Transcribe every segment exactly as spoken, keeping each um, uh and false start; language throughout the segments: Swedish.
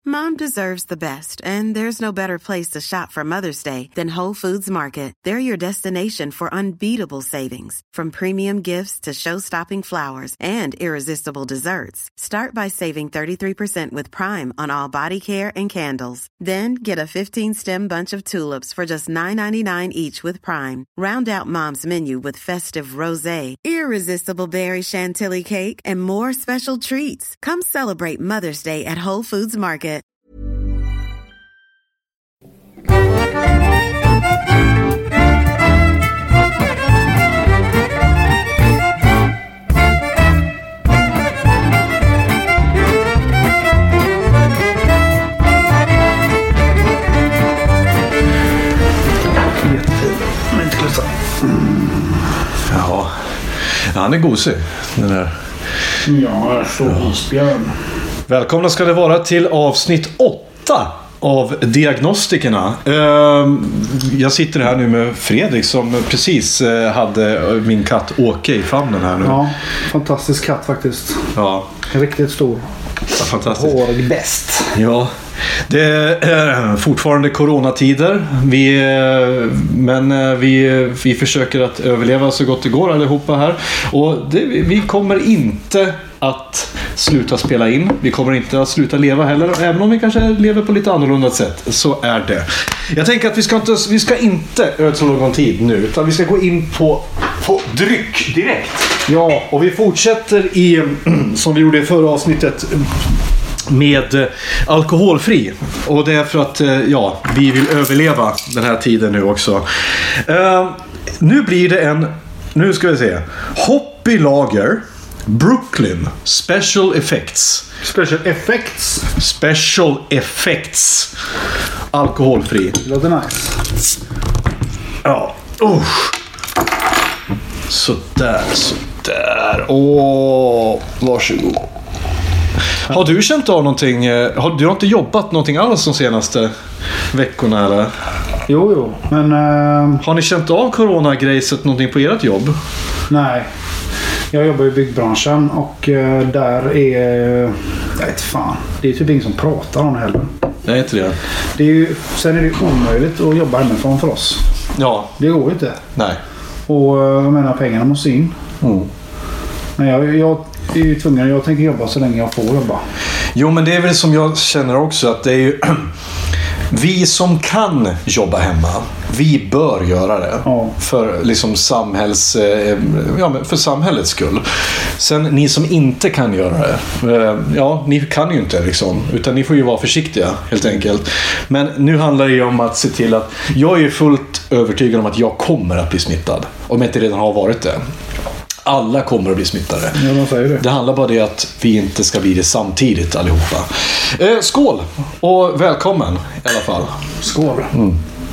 Mom deserves the best, and there's no better place to shop for Mother's Day than Whole Foods Market. They're your destination for unbeatable savings, from premium gifts to show-stopping flowers and irresistible desserts. Start by saving thirty-three percent with Prime on all body care and candles. Then get a fifteen-stem bunch of tulips for just nine ninety-nine each with Prime. Round out Mom's menu with festive rosé, irresistible berry chantilly cake, and more special treats. Come celebrate Mother's Day at Whole Foods Market. Ja, han är gosig, den där. Ja, så isbjörn. Välkomna ska det vara till avsnitt åtta av Diagnostikerna. Jag sitter här nu med Fredrik som precis hade min katt Åke i famnen här nu. Ja, fantastisk katt faktiskt. Ja. Riktigt stor. Ja, fantastiskt. Hårig bäst. Ja, det är fortfarande coronatider. Vi, men vi, vi försöker att överleva så gott det går allihopa här. Och det, vi kommer inte att sluta spela in. Vi kommer inte att sluta leva heller. Även om vi kanske lever på lite annorlunda sätt. Så är det. Jag tänker att vi ska inte, vi ska inte ödsla någon tid nu. Utan vi ska gå in på, på dryck direkt. Ja, och vi fortsätter i, som vi gjorde i förra avsnittet, med alkoholfri. Och det är för att ja, vi vill överleva den här tiden nu också. Uh, nu blir det en, nu ska vi se, Hoppy Lager Brooklyn Special Effects. Special Effects. Special Effects. Alkoholfri. Det låter nice. Ja. Uh. Så där, så där. Åh, varsågod. Har du känt av någonting? Har du inte jobbat någonting alls de senaste veckorna eller? Jo, jo. Men... Uh... Har ni känt av coronagrejset någonting på ert jobb? Nej. Jag jobbar i byggbranschen och uh, där är... Jag vet fan. Det är typ ingen som pratar om det heller. Det är inte det. Det är ju, sen är det omöjligt att jobba hemifrån för oss. Ja. Det går ju inte. Nej. Och jag menar, pengarna måste in. Mm. Men jag... jag är ju tvungen, jag tänker jobba så länge jag får jobba. Jo, men det är väl som jag känner också att det är ju vi som kan jobba hemma, vi bör göra det. Ja. För liksom samhälls ja, för samhällets skull. Sen ni som inte kan göra det, ja, ni kan ju inte liksom, utan ni får ju vara försiktiga helt enkelt. Men nu handlar det ju om att se till att jag är fullt övertygad om att jag kommer att bli smittad, om jag inte redan har varit det. Alla kommer att bli smittade. Ja, man säger det. Det handlar bara det att vi inte ska bli det samtidigt allihopa. Eh, skål och välkommen i alla fall. Skål. Mm.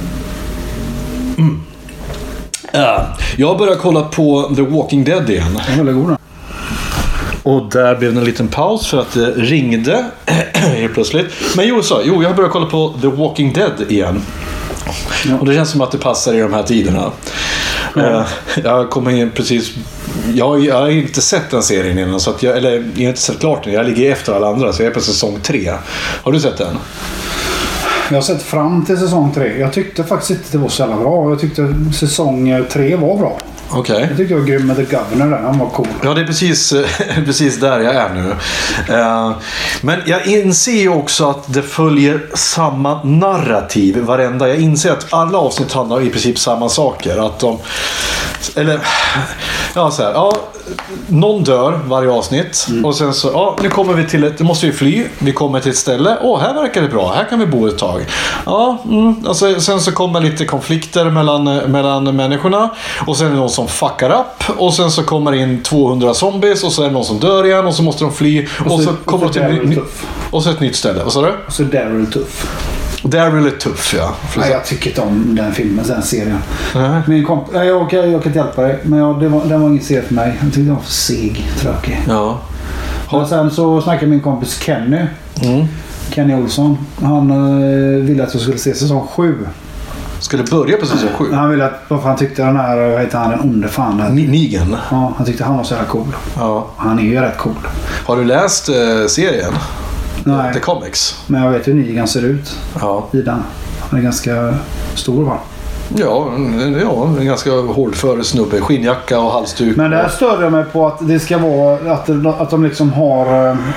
Mm. Uh, jag börjar kolla på The Walking Dead igen. Den är väldigt god. Och där blev det en liten paus för att det ringde helt plötsligt. Men jo, så, jo, jag börjar kolla på The Walking Dead igen. Ja. Och det känns som att det passar i de här tiderna. Mm. Uh, jag kommer in precis... Jag, jag har inte sett den serien innan, så att jag, eller jag har inte sett klart den. Jag ligger efter alla andra, så jag är på säsong tre. Har du sett den? Jag har sett fram till säsong tre. Jag tyckte faktiskt inte det var så jävla bra. Jag tyckte säsong tre var bra. Okay. Jag tyckte jag var grym med The Governor där. Han var cool. Ja, det är precis, precis där jag är nu. Uh, men jag inser ju också att det följer samma narrativ varenda. Jag inser att alla avsnitt handlar i princip samma saker. Att de... Eller... Ja, så här. Ja, någon dör varje avsnitt. Mm. Och sen så... Ja, nu kommer vi till ett... Nu måste vi fly. Vi kommer till ett ställe. Åh, här verkar det bra. Här kan vi bo ett tag. Ja, mm. Alltså, sen så kommer lite konflikter mellan, mellan människorna. Och sen är det någon som fuckar upp. Och sen så kommer in tvåhundra zombies. Och så är det någon som dör igen. Och så måste de fly. Och, och så, så kommer de till ett ny, och så ett nytt ställe. Vad sa du? Och så Daryl tuff. Daryl är tuff, ja. Nej, jag tycker inte om den filmen, den serien. Mm. Min komp- jag, jag, jag, jag kan inte hjälpa dig. Men jag, det var, den var ingen serie för mig. Jag tyckte den var för seg, tråkig. Ja. Och sen så snackade min kompis Kenny. Mm. Kenny Olsson. Han uh, ville att jag skulle se säsong sju. Skulle börja på säsong sju? Han ville att, varför han tyckte den här, vad heter han, den onde fan där. Nigen? Ja, han tyckte han var så jävla cool. Ja. Han är ju rätt cool. Har du läst eh, serien? Nej. The Comics. Men jag vet hur Negan ser ut Ja. i den. Han är ganska stor, va? Ja, ja, en ganska hårdför snubbe. Skinnjacka och halsduk. Men det här stör jag mig på att det ska vara att, att de liksom har eh,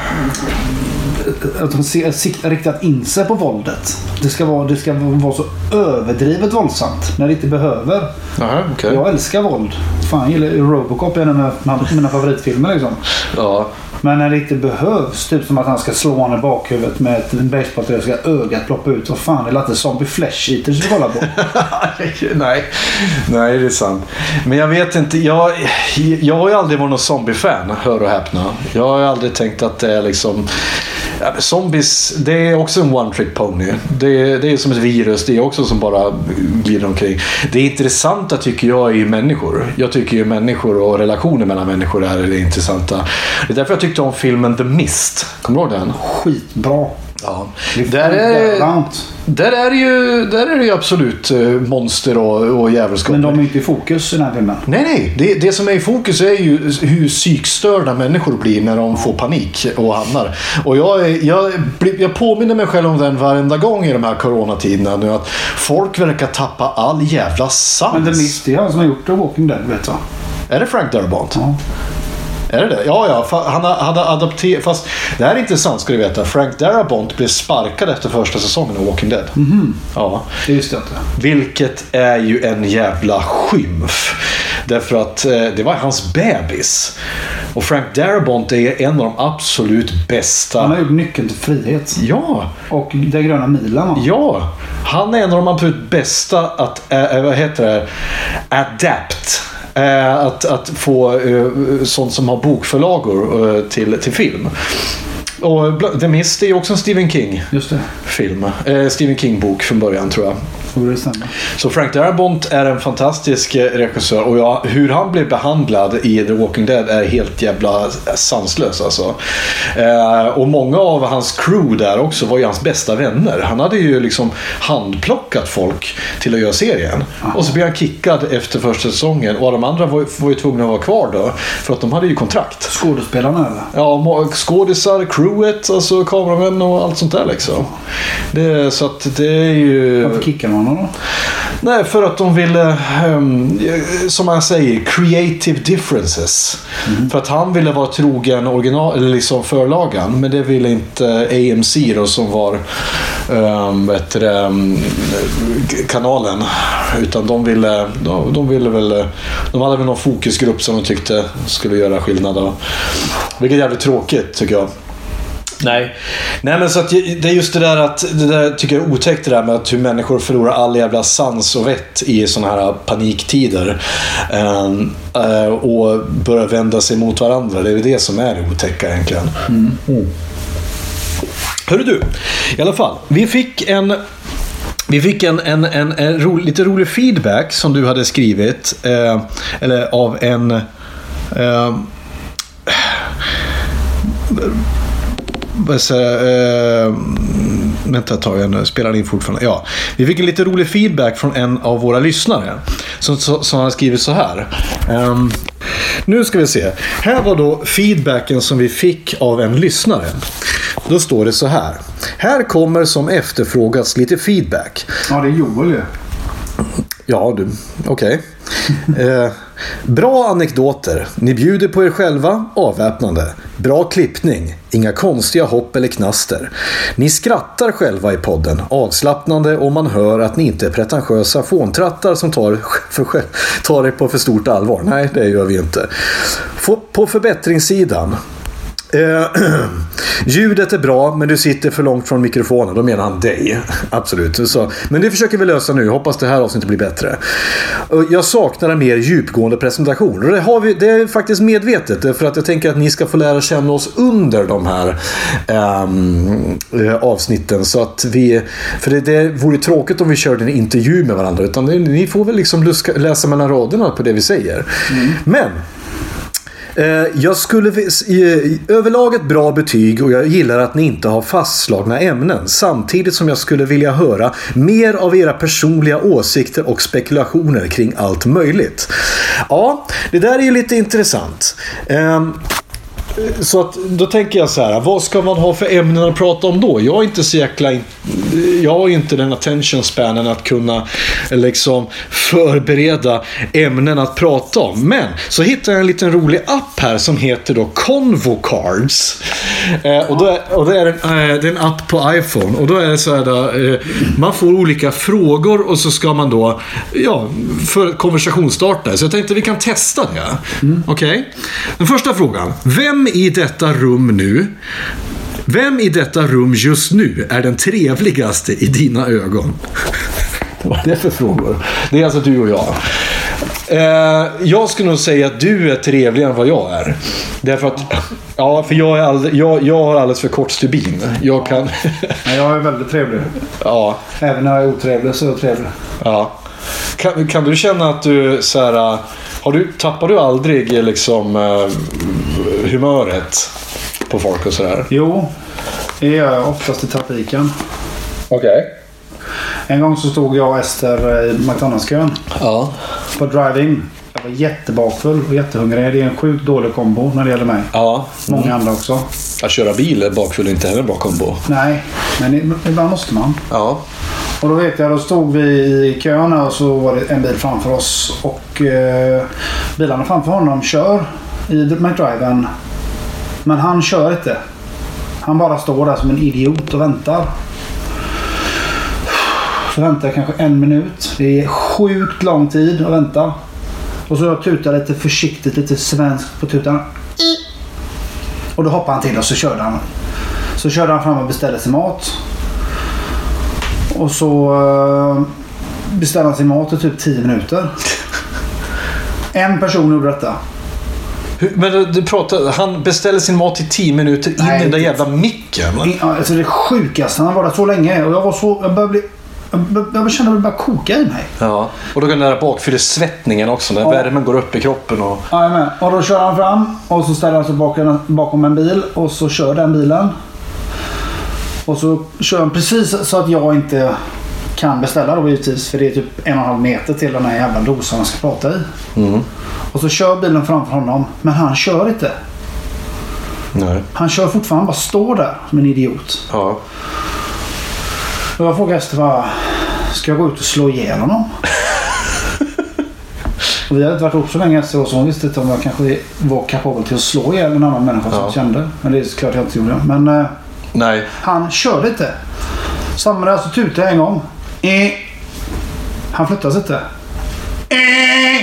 att de ser, sikt, riktat in sig på våldet. Det ska vara, det ska vara så överdrivet våldsamt när det inte behöver. Aha, okay. Jag älskar våld. Fan, jag gillar Robocop, är en av mina favoritfilmer liksom. Ja. Men när det inte behövs, typ som att han ska slå honom i bakhuvudet med ett basebollträ och ska ögat ploppa ut. Vad fan, det är inte Zombie Flesh Eater du kolla på. Nej, nej, det är sant. Men jag vet inte, jag, jag har ju aldrig varit någon zombie-fan, hör och häpna. Jag har ju aldrig tänkt att det är liksom... Ja, zombies, det är också en one-trick pony. Det, det är som ett virus, det är också som bara glider omkring. Det intressanta tycker jag är ju människor. Jag tycker ju människor och relationer mellan människor är det intressanta. Det är därför jag tyckte om filmen The Mist. Kommer du ihåg den? Skitbra. Ja. Där är, där, är ju, där är det ju absolut monster och, och djävulskap. Men de är inte i fokus i den här filmen. Nej, nej. Det, det som är i fokus är ju hur psykstörda människor blir när de får panik och hamnar. Och jag, jag, jag påminner mig själv om den varenda gång i de här coronatiderna nu, att folk verkar tappa all jävla sans. Men det är han som har gjort The Walking Dead, vet du. Är det Frank Darabont? Ja. Är det det? Ja, ja. Han hade adopterat... Fast det här är inte sant, ska du veta. Frank Darabont blev sparkad efter första säsongen av Walking Dead. Mm-hmm. Ja. Det visste jag inte. Vilket är ju en jävla skymf. Därför att eh, det var hans bebis. Och Frank Darabont är en av de absolut bästa... Han har gjort Nyckeln till frihet. Ja. Och Den gröna milen. Va? Ja. Han är en av de absolut bästa att... Äh, vad heter det? Adapt. Att, att få uh, sånt som har bokförlagor uh, till, till film. Och The Mist är ju också en Stephen King Just det. film. Uh, Stephen King-bok från början, tror jag. Så Frank Darabont är en fantastisk regissör, och jag, hur han blev behandlad i The Walking Dead är helt jävla sanslös alltså. Eh, och många av hans crew där också var ju hans bästa vänner. Han hade ju liksom handplockat folk till att göra serien. Aha. Och så blev han kickad efter första säsongen, och de andra var, var ju tvungna att vara kvar då, för att de hade ju kontrakt. Skådespelarna eller? Ja, skådisar, crewet, alltså kameramän och allt sånt där liksom. Det, så att det är ju... Varför kickar man då? Nej, för att de ville, um, som man säger, creative differences. Mm. För att han ville vara trogen original, eller liksom förlagan, men det ville inte A M C då, som var um, vet du, um, kanalen, utan de ville de, de ville väl de hade väl någon fokusgrupp som de tyckte skulle göra skillnad då. Vilket är jävligt tråkigt, tycker jag. Nej. Nej, men så att det är just det där att det där tycker jag är otäckt, det där med att hur människor förlorar all jävla sans och vett i såna här paniktider um, uh, och börjar vända sig mot varandra. Det är det som är det otäcka egentligen. Mm. Mm. Hörru du, i alla fall, vi fick en Vi fick en, en, en, en ro, lite rolig feedback som du hade skrivit eh, eller av en eh, Så, äh, vänta ett tag, jag spelar in fortfarande. Ja, vi fick en lite rolig feedback från en av våra lyssnare som, som har skrivit så här. Um, nu ska vi se. Här var då feedbacken som vi fick av en lyssnare. Då står det så här. Här kommer som efterfrågats lite feedback. Ja, det är Joel ju. Ja, du. Okej. Okay. Eh, bra anekdoter. Ni bjuder på er själva. Avväpnande. Bra klippning. Inga konstiga hopp eller knaster. Ni skrattar själva i podden. Avslappnande, och man hör att ni inte är pretentiösa fåntrattar som tar, för, tar er på för stort allvar. Nej, det gör vi inte. På förbättringssidan. Uh, ljudet är bra, men du sitter för långt från mikrofonen. Då menar han dig. Absolut. Så, men det försöker vi lösa nu. Hoppas det här avsnittet blir bättre. uh, Jag saknar en mer djupgående presentation. Och det, har vi, det är faktiskt medvetet, för att jag tänker att ni ska få lära känna oss under de här um, uh, avsnitten. Så att vi, för det, det vore tråkigt om vi körde en intervju med varandra. Utan det, ni får väl liksom luska, läsa mellan raderna på det vi säger. Mm. Men jag skulle överlag ett bra betyg, och jag gillar att ni inte har fastslagna ämnen, samtidigt som jag skulle vilja höra mer av era personliga åsikter och spekulationer kring allt möjligt. Ja, det där är ju lite intressant. så att, då tänker jag så här, vad ska man ha för ämnen att prata om då? Jag är inte så jäkla, jag har inte den attention spanen att kunna liksom förbereda ämnen att prata om. Men så hittar jag en liten rolig app här som heter då Convo Cards. Eh, och, då är, och då är det, en, eh, det är en app på iPhone. Och då är det så här då, eh, man får olika frågor och så ska man då, ja, för konversationsstartare. Så jag tänkte vi kan testa det. Mm. Okej? Okay? Den första frågan. Vem i detta rum nu Vem i detta rum just nu är den trevligaste i dina ögon? Vad är det för frågor? Det är alltså du och jag. Eh, jag skulle nog säga att du är trevligare än vad jag är. Därför att, ja, för jag, är aldrig, jag, jag har alldeles för kort stubin. Jag kan... ja, jag är väldigt trevlig. Ja. Även när jag är otrevlig så är jag trevlig. Ja. Kan, kan du känna att du så här, har du, tappar du aldrig liksom uh, humöret på folk och sådär? Jo, det gör jag oftast i trafiken. Okej. Okay. En gång så stod jag och Ester i McDonald's-kön. Ja. På driving. Jag var jättebakfull och jättehungrig. Det är en sjukt dålig kombo när det gäller mig. Ja. Många mm. andra också. Att köra bil är bakfull är inte heller en bra kombo. Nej, men ibland måste man. Ja. Och då vet jag, då stod vi i kön och så var det en bil framför oss. Och eh, bilarna framför honom kör i McDriven. Men han kör inte. Han bara står där som en idiot och väntar. Så väntar jag kanske en minut. Det är sjukt lång tid att vänta. Och så jag tutar lite försiktigt, lite svenskt på tutan. Och då hoppar han till och så körde han. Så körde han fram och beställde sin mat. Och så uh, beställde han sin mat i typ tio minuter. En person gjorde detta. Hur, men du pratar, han beställde sin mat i tio minuter in Nej, i den där jävla micken. In, alltså det sjukaste, han var där så länge. Och jag var så, jag började bli... Jag kände att det bara koka i mig. Ja, och då går den där bakfyller svettningen också. När ja. värmen går upp i kroppen. Och... Ja, men. Och då kör han fram. Och så ställer han sig bakom, bakom en bil. Och så kör den bilen. Och så kör han precis så att jag inte kan beställa då givetvis. För det är typ en och en halv meter till den här jävla dosan man ska prata i. Mm. Och så kör bilen framför honom. Men han kör inte. Nej. Han kör fortfarande, bara står där som en idiot. Ja. Och jag frågade Ester bara, ska jag gå ut och slå ihjäl honom? Och vi hade inte varit ihop så länge Ester och så hon visste inte om jag kanske var kapabel till att slå ihjäl en annan människa som ja. kände. Men det är klart jag inte gjorde. Men eh, Nej. han körde inte. Samma där så tutade jag en gång. Eh. Han flyttade sig inte. Eh.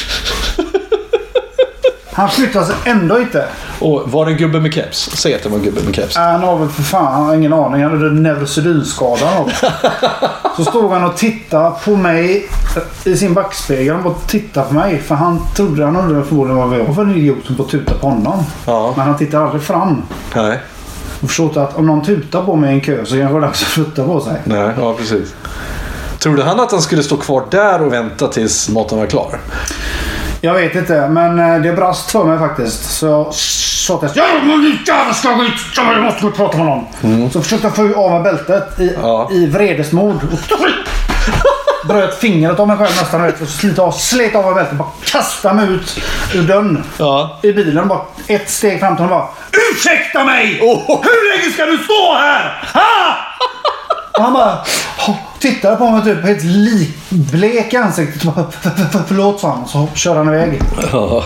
Han flyttade sig ändå inte. Och var det en gubbe med keps? Säg att det var en gubbe med keps. Äh, han har väl för fan, han har ingen aning. Han hade neurosedynskadan. Så stod han och tittade på mig i sin backspegel. Han bara tittade på mig. För han trodde han undrade förmodligen vad jag var för en idiot som på tuta på honom. Ja. Men han tittade aldrig fram. Nej. Och förstod att om någon tutar på mig i en kö så kanske det dags att flytta på sig. Nej, ja precis. Trodde han att han skulle stå kvar där och vänta tills maten var klar? Jag vet inte, men det brast för mig faktiskt. Så jag sa till ja, men jag ska gå ut, jag måste gå och prata med någon. Mm. Så försökte jag få av mig bältet i, ja. i vredesmod. Bröt fingret av mig själv nästan rätt. Och slita av, slet av mig bältet. Bara kasta mig ut ur dörren. Ja. I bilen. Bara ett steg fram till honom bara, ursäkta mig! Oh. Hur länge ska du stå här? Ha! Och han bara tittade på mig typ helt likblek ansiktet. Förlåt fan. Så körde han iväg. Ja.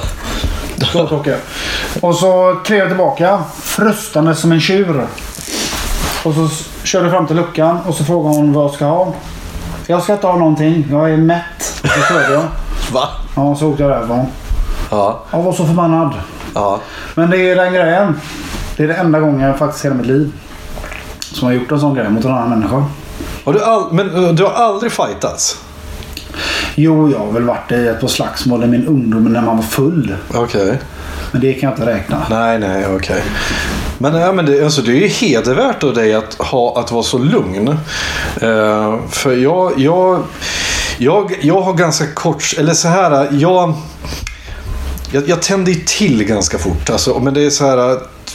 Och så klev jag tillbaka. Frustande som en tjur. Och så körde jag fram till luckan. Och så frågade hon vad jag ska ha. Jag ska inte ha någonting. Jag är mätt. Så körde jag. Va? Ja, så åkte jag därifrån. Ja. Jag var så förbannad. Ja. Men det är den grejen. Det är det enda gången jag faktiskt i hela mitt liv som har gjort en sån grej mot en annan människa. Har du all, men du har aldrig fightats? Jo, jag har väl varit i ett på slagsmål i min ungdom när man var full. Okej. Okay. Men det kan jag inte räkna. Nej, nej, okej. Okay. Men, ja, men det, alltså, det är ju hedervärt av dig att, ha, att vara så lugn. Uh, för jag, jag, jag, jag har ganska kort... Eller så här, jag... Jag, jag tänder till ganska fort. Alltså, men det är så här...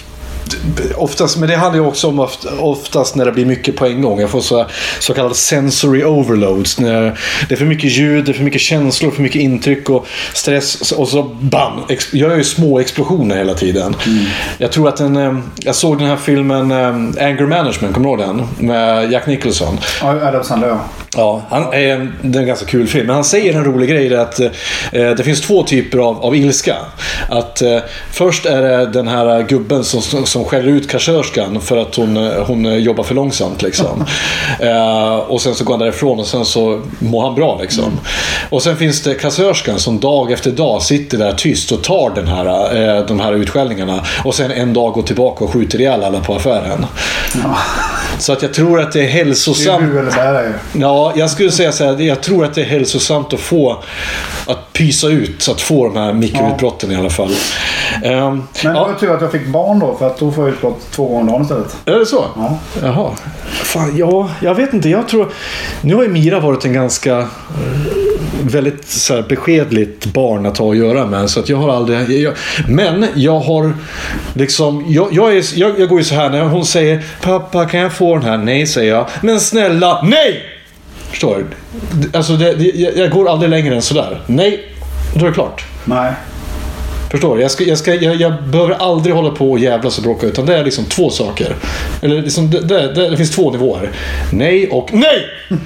oftast, men det handlar ju också om oft, oftast när det blir mycket på en gång. Jag får så, så kallade sensory overloads. När det är för mycket ljud, det är för mycket känslor, för mycket intryck och stress. Och så bam! Jag gör ju små explosioner hela tiden. Mm. Jag tror att en... Jag såg den här filmen Anger Management, kommer du ihåg den? Med Jack Nicholson. Ja, det var sant, ja. Ja, han är en, det är en ganska kul film. Men han säger en rolig grej att eh, det finns två typer av, av ilska. Att eh, först är det den här gubben som, som skäller ut kassörskan för att hon, hon jobbar för långsamt liksom. eh, och sen så går han därifrån och sen så mår han bra liksom. Mm. Och sen finns det kassörskan som dag efter dag sitter där tyst och tar den här, eh, de här utskällningarna. Och sen en dag går tillbaka och skjuter ihjäl alla på affären. Ja. Så att jag tror att det är hälsosamt. Det är eller där är. Ja, jag skulle säga så här, jag tror att det är hälsosamt att få att pysa ut, så att få de här mikroutbrotten ja. i alla fall. Um, Men ja. jag tror att jag fick barn då, för att då får jag utbrott två gånger om dagen istället. Är det så? Ja. Jaha. Fan, ja, jag vet inte. Jag tror, nu har ju Mira varit en ganska väldigt så här, beskedligt barn att ha och göra med, så att jag har aldrig jag, men jag har liksom jag, jag, är, jag, jag går ju så här när hon säger pappa kan jag få den här? Nej, säger jag. Men snälla, nej! Förstår du? Alltså det, det, jag, jag går aldrig längre än sådär. Nej, då är det klart. Nej. Förstår du? Jag, ska, jag, ska, jag, jag behöver aldrig hålla på och jävlas och bråka, utan det är liksom två saker. Eller liksom, det, det, det, det finns två nivåer. Nej och nej!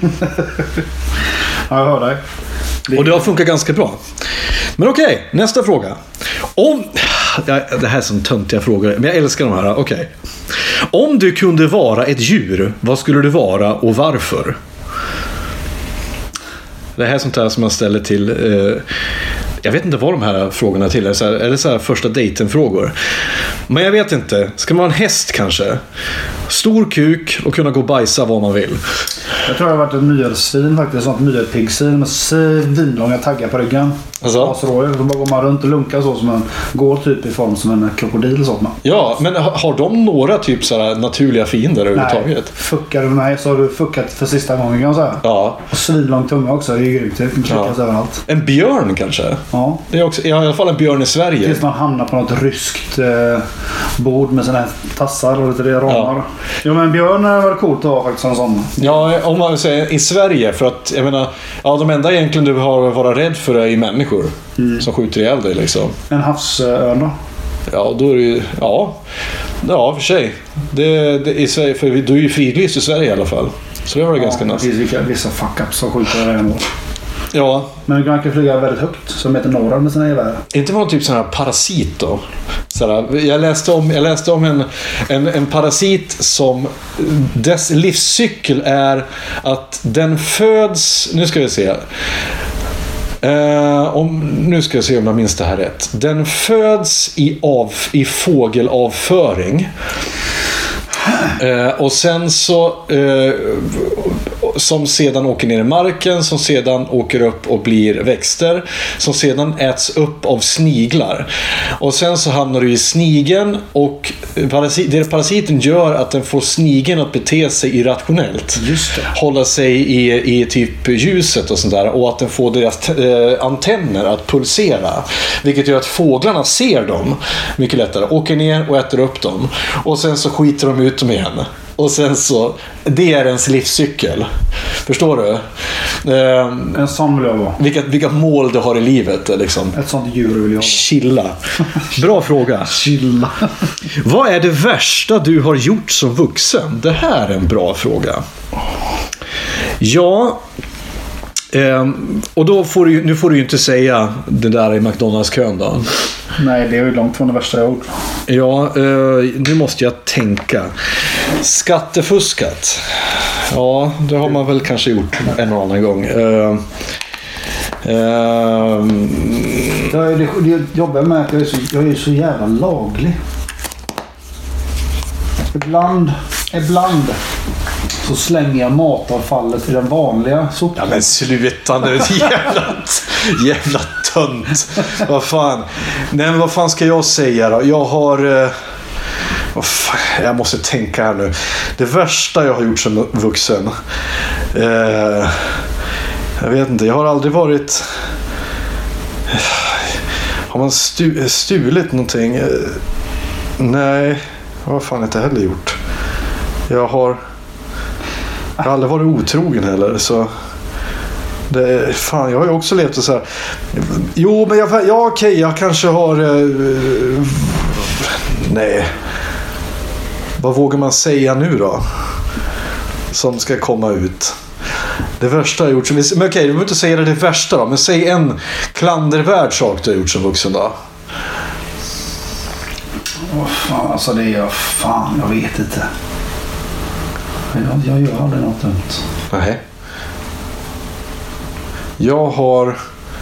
Ja, jag hör dig. Det... Och det har funkat ganska bra. Men okej, okay, nästa fråga. Om... Det här är som töntiga frågor, men jag älskar de här. Okej. Okay. Om du kunde vara ett djur, vad skulle du vara och varför? Det här är sånt här som man ställer till... Eh, jag vet inte vad de här frågorna till är. Så här, är det så här första dejten-frågor? Men jag vet inte. Ska man vara en häst kanske? Stor kuk och kunna gå och bajsa vad man vill. Jag tror det har varit en myrelsvin faktiskt. Sånt myrpiggsvin med svinlånga taggar på ryggen. Alltså? Så bara går man runt och lunkar så som en går typ i form som en krokodil. Så. Ja, men har de några typ så här naturliga fiender överhuvudtaget? Nej, fuckar du mig så har du fuckat för sista gången kan jag säga. Ja. Och svinlång tunga också, det är ju grymt. Det kan klickas ja. överallt. En björn kanske? Ja. Det är också, i alla fall en björn i Sverige. Tills man hamnar på något ryskt eh, bord med såna här tassar och lite det ramar. Ja. Jo, men björn var coolt att ha faktiskt en sån. Ja, om man säger i Sverige, för att jag menar, ja, de enda egentligen du har att vara rädd för är ju människor mm. som skjuter ihjäl dig liksom. En havsörn då? Ja, då är det ju, ja, ja för sig. Det, det i Sverige, för du är ju fridlyst i Sverige i alla fall. Så det var det ja, ganska nice. Det finns vissa fuck-ups som skjuter dig emot. Ja. Men du kan flyga väldigt högt, som heter Norra med sina gevär. Inte var det typ sån här parasit då? Sådär, jag läste om, jag läste om en, en, en parasit som dess livscykel är att den föds, nu ska vi se. Uh, om, nu ska jag se om jag minns det här rätt. Den föds i, av, i fågelavföring. Uh, och sen så uh, som sedan åker ner i marken, som sedan åker upp och blir växter, som sedan äts upp av sniglar. Och sen så hamnar du i snigeln, och parasit, det parasiten gör att den får snigeln att bete sig irrationellt. Just det. Hålla sig i, i typ ljuset och sånt där, och att den får deras eh, antenner att pulsera, vilket gör att fåglarna ser dem mycket lättare, åker ner och äter upp dem, och sen så skiter de ut dem igen. Och sen så, det är ens livscykel. Förstår du? Eh, en sån vill jag vara. Vilka, vilka mål du har i livet liksom. Ett sånt djur vill jag vara. Chilla. Bra fråga. Chilla. Vad är det värsta du har gjort som vuxen? Det här är en bra fråga. Ja... Um, och då får du, nu får du ju inte säga det där i McDonalds-kön då. Nej, det är ju långt från det värsta jag gjort. Ja, uh, nu måste jag tänka. Skattefuskat. Ja, det har man väl kanske gjort en och annan gång. Uh, uh, det, det, det jobbar med att jag är, så, jag är så jävla laglig. Ibland, ibland så slänger jag matavfallet i den vanliga soporna. Ja men sluta nu, jävla, jävla tönt. Vad fan. Nej men vad fan ska jag säga då? Jag har... Eh, oh, fan, jag måste tänka här nu. Det värsta jag har gjort som vuxen. Eh, jag vet inte, jag har aldrig varit... Har man stu, stulit någonting? Eh, nej... Jag har fan inte heller gjort. Jag har... Jag har aldrig varit otrogen heller, så... Det, fan, jag har ju också levt så här. Jo, men jag... Ja, okej, jag kanske har... Uh, nej. Vad vågar man säga nu då? Som ska komma ut. Det värsta jag har gjort som... Men okej, du behöver inte säga det, det värsta då. Men säg en klandervärd sak du har gjort som vuxen då. Åh fan, alltså det är jag... Fan, jag vet inte. Jag, jag gör aldrig något dumt. Nej. Jag har...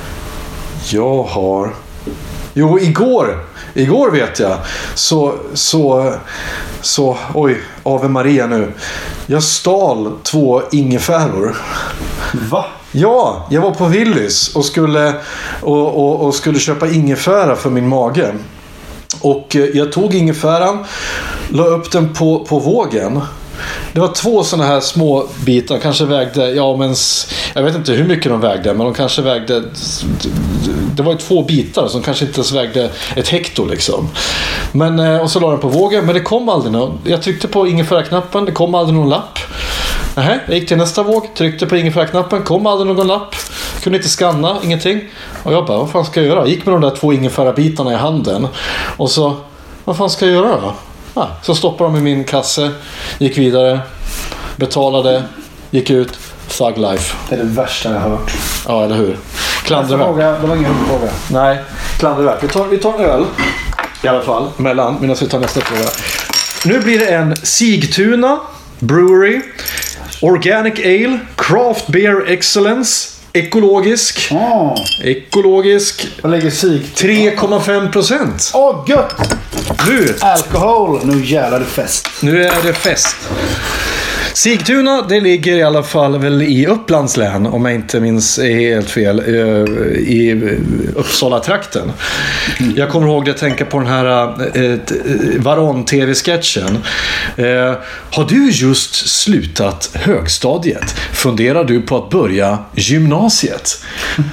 Jag har... Jo, igår... Igår vet jag. Så... Så... Så... Oj, Ave Maria nu. Jag stal två ingefäror. Va? Ja, jag var på Willys och skulle... Och, och, och skulle köpa ingefära för min mage. Och jag tog ingefäran. La upp den på, på vågen. Det var två såna här små bitar, kanske vägde, ja men jag vet inte hur mycket de vägde, men de kanske vägde, det var ju två bitar som kanske inte ens vägde ett hekto liksom. Men, och så la den på vågen, men det kom aldrig någon. Jag tryckte på ingefära-knappen, det kom aldrig någon lapp. Nähä, jag gick till nästa våg, tryckte på ingefära-knappen, kom aldrig någon lapp. Kunde inte scanna, ingenting. Och jag bara, vad fan ska jag göra? Gick med de där två ingefära-bitarna i handen. Och så, vad fan ska jag göra då? Ah, så stoppade de i min kasse, gick vidare, betalade, gick ut, thug life. Det är det värsta jag har hört. Ja, eller hur? Klandervärt. Det var ingen fråga. Nej, klandervärt. Vi tar, vi tar en öl i alla fall, mellan, medan vi tar nästa fråga. Nu blir det en Sigtuna Brewery Organic Ale Craft Beer Excellence. Ekologisk. Oh. Ekologisk. Vad lägger Sig? tre komma fem procent. Åh, oh, gött! Nu. Alkohol. Nu jävlar det fest. Nu är det fest. Sigtuna, det ligger i alla fall väl i Upplands län, om jag inte minns helt fel, i Uppsala-trakten. Jag kommer ihåg det, tänka på den här eh, Varon-tv-sketchen. Eh, har du just slutat högstadiet? Funderar du på att börja gymnasiet?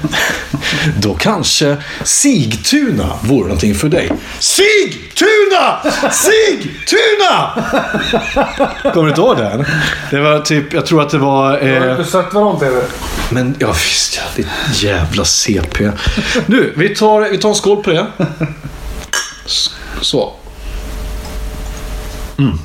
Då kanske Sigtuna vore någonting för dig. Sigtuna! Sigtuna! Kommer du inte ihåg den? Det var typ, jag tror att det var... Eh... Har du sett Varon-tv? Men ja visst, ja, det är jävla C P. Nu, vi tar, vi tar en skål på det. Så. Mm.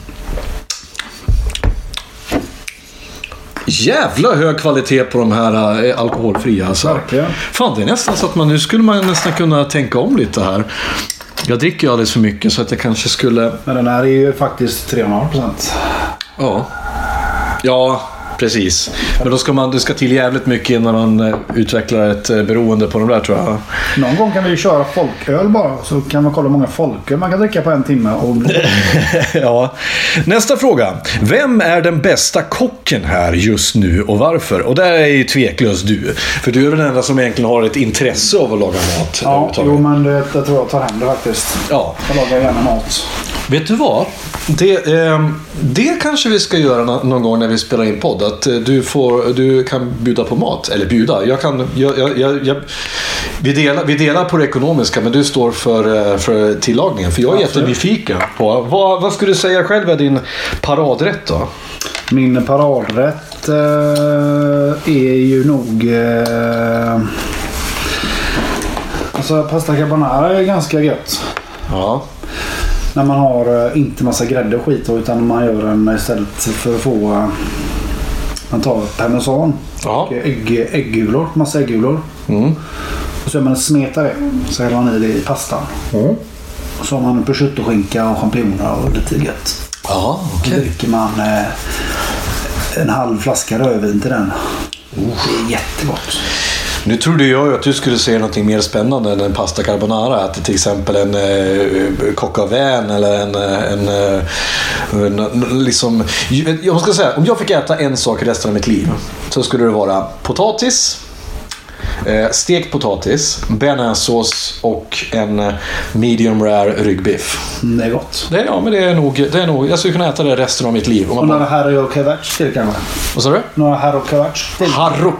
Jävla hög kvalitet på de här äh, alkoholfria. Alltså. Verkligen. Fan, det är nästan så att man nu skulle man nästan kunna tänka om lite här. Jag dricker ju alldeles för mycket så att jag kanske skulle... Men den här är ju faktiskt tre komma fem procent. Ja. Ja, precis. Men då ska man, det ska till jävligt mycket innan man utvecklar ett beroende på de där, tror jag. Någon gång kan vi ju köra folköl bara, så kan man kolla hur många folköl man kan dricka på en timme. Och... Ja. Nästa fråga. Vem är den bästa kocken här just nu och varför? Och där är ju tveklöst du. För du är den enda som egentligen har ett intresse av att laga mat. Ja, jo, men det, jag tror jag tar hem det faktiskt. Ja. Jag lagar gärna mat. Vet du vad? Det, eh, det kanske vi ska göra någon gång när vi spelar in podd. Att du, får, du kan bjuda på mat. Eller bjuda. Jag kan, jag, jag, jag, jag, vi, delar, vi delar på det ekonomiska, men du står för, för tillagningen. För jag är jättenyfiken på. Vad, vad skulle du säga själv är din paradrätt då? Min paradrätt eh, är ju nog... Eh, alltså pasta carbonara är ganska gött. Ja. När man har uh, inte massa grädde och skit, utan man gör den istället för att få uh, man tar parmesan och ägg, äggulor, massa äggulor. Mm. Och så gör man en smeta det, så häller man i det i pastan. Mm. Och så har man prosciutto-skinka och champinjoner och lite gött. Ja, okej. Okay. Då dricker man uh, en halv flaska rödvin till den. Uh. Det är jättegott. Nu trodde jag att du skulle säga något mer spännande än en pasta carbonara. Att till exempel en eh, coq au vin eller en, en, en, en liksom, jag ska säga, om jag fick äta en sak resten av mitt liv så skulle det vara potatis, eh, stekt potatis, bearnaisesås och en medium rare ryggbiff. Det är gott. Det är, ja, men det är nog, det är nog, jag skulle kunna äta det resten av mitt liv. Och några harro kevatch till kanske. Vad sa du? Några harro kevatch till. Harro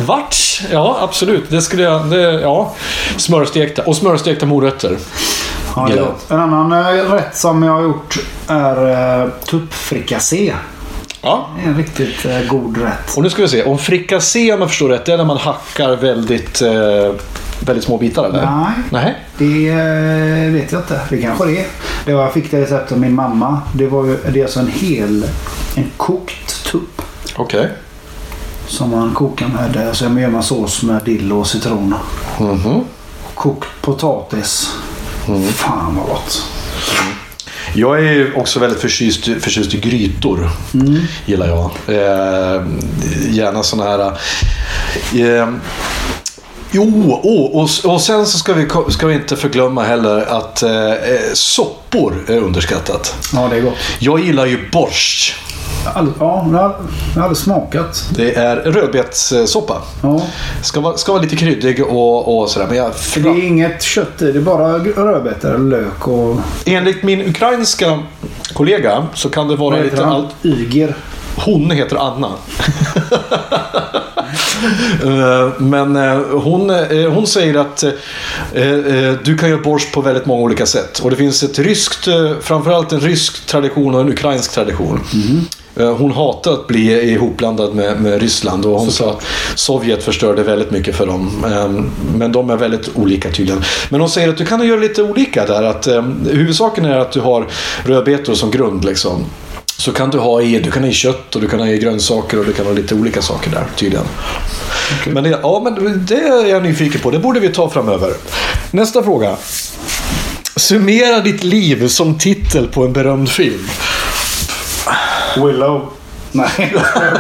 kevatch? Ja, absolut. Det skulle jag, det, ja. Smörstekta och smörstekta morötter. Ja, det är gott. En annan eh, rätt som jag har gjort är eh, tuppfrikassé. Ja. Det är en riktigt eh, god rätt. Och nu ska vi se, om frikassé, om jag förstår rätt, det är när man hackar väldigt, eh, väldigt små bitar, eller? Nej, Nej. det eh, vet jag inte. Det kanske det är. Det var, jag fick det receptet av min mamma. Det var ju, det är alltså en hel, en kokt tupp. Okej. Okay. Som man kokar med, så gör man sås med dill och citron. Mhm. Kokt potatis. Mm. Fan vad gott. Mm. Jag är också väldigt förtjust, förtjust i grytor. Mm. Gillar jag. Eh, gärna såna här... Eh, jo, oh, och, och sen så ska vi, ska vi inte förglömma heller att eh, soppor är underskattat. Ja, det är gott. Jag gillar ju borst. All, ja, jag har aldrig smakat. Det är rödbetssoppa. Ja. Ska vara, ska vara lite kryddig och, och sådär. Men jag, det är inget kött i, det är bara rödbetor eller lök. Och... Enligt min ukrainska kollega så kan det vara lite han? allt... Yger. Hon heter Anna. Men hon, hon säger att du kan göra borst på väldigt många olika sätt. Och det finns ett ryskt, framförallt en rysk tradition och en ukrainsk tradition. Mm. Hon hatar att bli ihopblandad med, med Ryssland och hon sa att Sovjet förstörde väldigt mycket för dem. Men de är väldigt olika tydligen. Men hon säger att du kan göra lite olika där. Att, huvudsaken är att du har rödbetor som grund liksom. Så kan du ha i, du kan ha i kött och du kan ha i grönsaker och du kan ha lite olika saker där tydligen. Okay. Men, det, ja, men det är jag nyfiken på. Det borde vi ta framöver. Nästa fråga. Summera ditt liv som titel på en berömd film. Willow. Nej.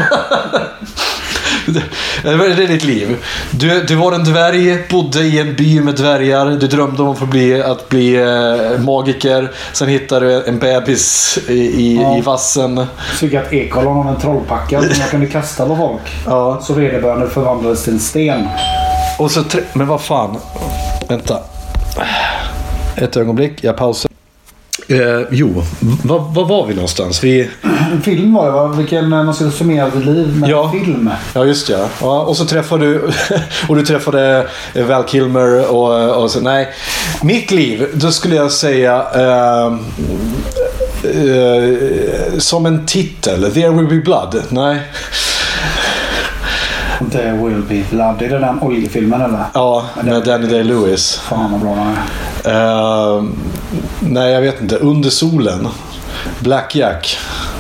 Det är ditt liv. Du, du var en dvärg, bodde i en by med dvärgar. Du drömde om att, få bli, att bli eh, magiker. Sen hittade du en bebis i, i, ja. i vassen. Fick att ekollon av en trollpacka som jag kunde kasta på folk. Ja. Så vederbörande förvandlades till en sten. Och så tre- Men vad fan. Vänta. Ett ögonblick, jag pausar. Eh, jo, var, var var vi någonstans? Vi... En film var det, va? Vilken man skulle summera sitt liv med ja. en film. Ja, just ja. ja. Och så träffade du och du träffade Val Kilmer och, och så, nej. Mitt liv, då skulle jag säga eh, eh, som en titel, There Will Be Blood. Nej. There Will Be Blood. Är det den oljefilmen eller? Ja, med Danny Day-Lewis. Fan vad bra den är. Uh, nej, jag vet inte. Under solen. Black Jack.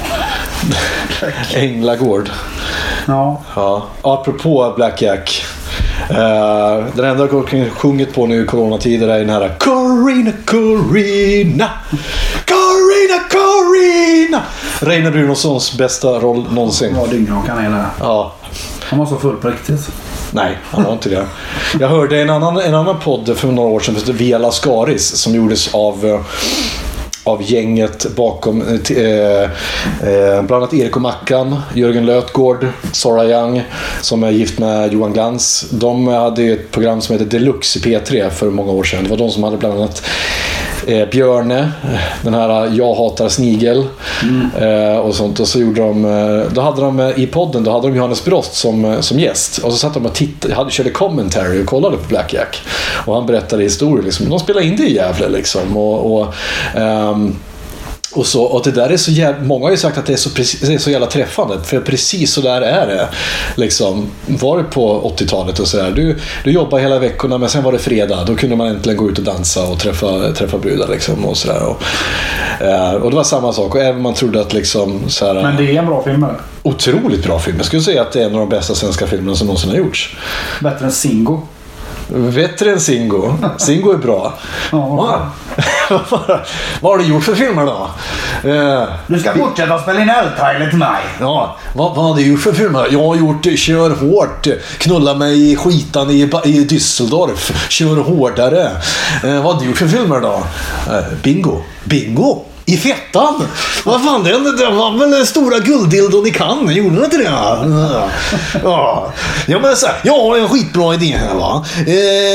Änglagård. Ja. Ja. Apropå Black Jack. Uh, den enda jag har sjungit på nu i coronatider är den här Corina, Corina Corina, Corina Reine Brunessons bästa roll någonsin. Ja, Dyngrak han är där. Ja. Han var så full på riktigt. Nej, han var inte det. Jag hörde en annan, en annan podd för några år sedan, Via Lascaris, som gjordes av, av gänget bakom eh, eh, bland annat Erik och Mackan, Jörgen Lötgård, Sara Young, som är gift med Johan Glans. De hade ett program som heter Deluxe i P tre för många år sedan. Det var de som hade bland annat Eh, Björne, den här Jag hatar snigel mm. eh, och sånt, och så gjorde de eh, då hade de eh, i podden, då hade de Johannes Brost som, eh, som gäst, och så satt de och tittade, hade, körde commentary och kollade på Black Jack, och han berättade historier liksom. De spelade in det i Gävle liksom, och, och ehm Och, så, och det där är så jävla, många har ju sagt att det är så, det är så jävla träffande, för precis så där är det liksom. Var det på åttiotalet och så där, du, du jobbar hela veckorna, men sen var det fredag, då kunde man äntligen gå ut och dansa och träffa, träffa brudar liksom, och sådär, och, eh, och det var samma sak, och även man trodde att liksom så här, men det är en bra film eller? Otroligt bra film, jag skulle säga att det är en av de bästa svenska filmerna som någonsin har gjorts. Bättre än Singo. Bättre än Singo. Singo är bra. Ja, vad har du gjort för filmer då? Uh, du ska fortsätta spela in L-trailer till mig. Ja, vad, vad har du gjort för filmer? Jag har gjort Kör hårt, Knulla mig i skitan i, i Düsseldorf, Kör hårdare. Uh, vad har du gjort för filmer då? Uh, bingo. Bingo? I fettan? Vad fan, det, det var väl den stora gulddildon i Cannes, gjorde det inte det? Ja, ja men så här, jag har en skitbra idé här, va? Eh,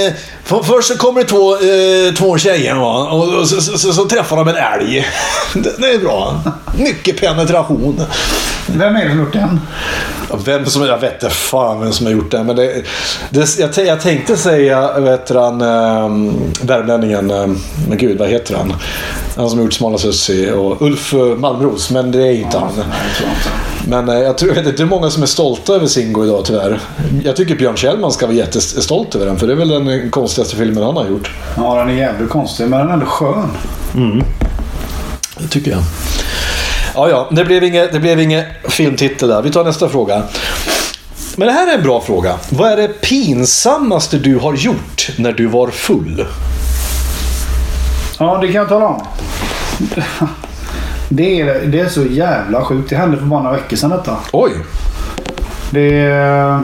För, först så kommer det två, eh, två tjejer, va? Och, och så, så, så, så träffar de en älg. Det, det är bra. Mycket penetration. Vem är det som gjort den? Vem som, jag vet inte fan vem som har gjort den. Men det, det, jag, jag tänkte säga, vet han, äh, värmlänningen, äh, men gud, vad heter han? Han som har gjort Smala Sussi och Ulf Malmros, men det är inte ja, han. Nej, jag tror inte. Men äh, jag tror att det är många som är stolta över Singo idag, tyvärr. Jag tycker Björn Kjellman ska vara jättestolt över den, för det är väl den konstigaste filmen han har gjort. Ja, den är jävligt konstig, men den är ändå skön. Mm. Det tycker jag. Ja, ja, det blev inget, det blev inget filmtitel där. Vi tar nästa fråga. Men det här är en bra fråga. Vad är det pinsammaste du har gjort när du var full? Ja, det kan jag tala om. Det är, det är så jävla sjukt. Det hände för bara några veckor sedan detta. Oj. Det är...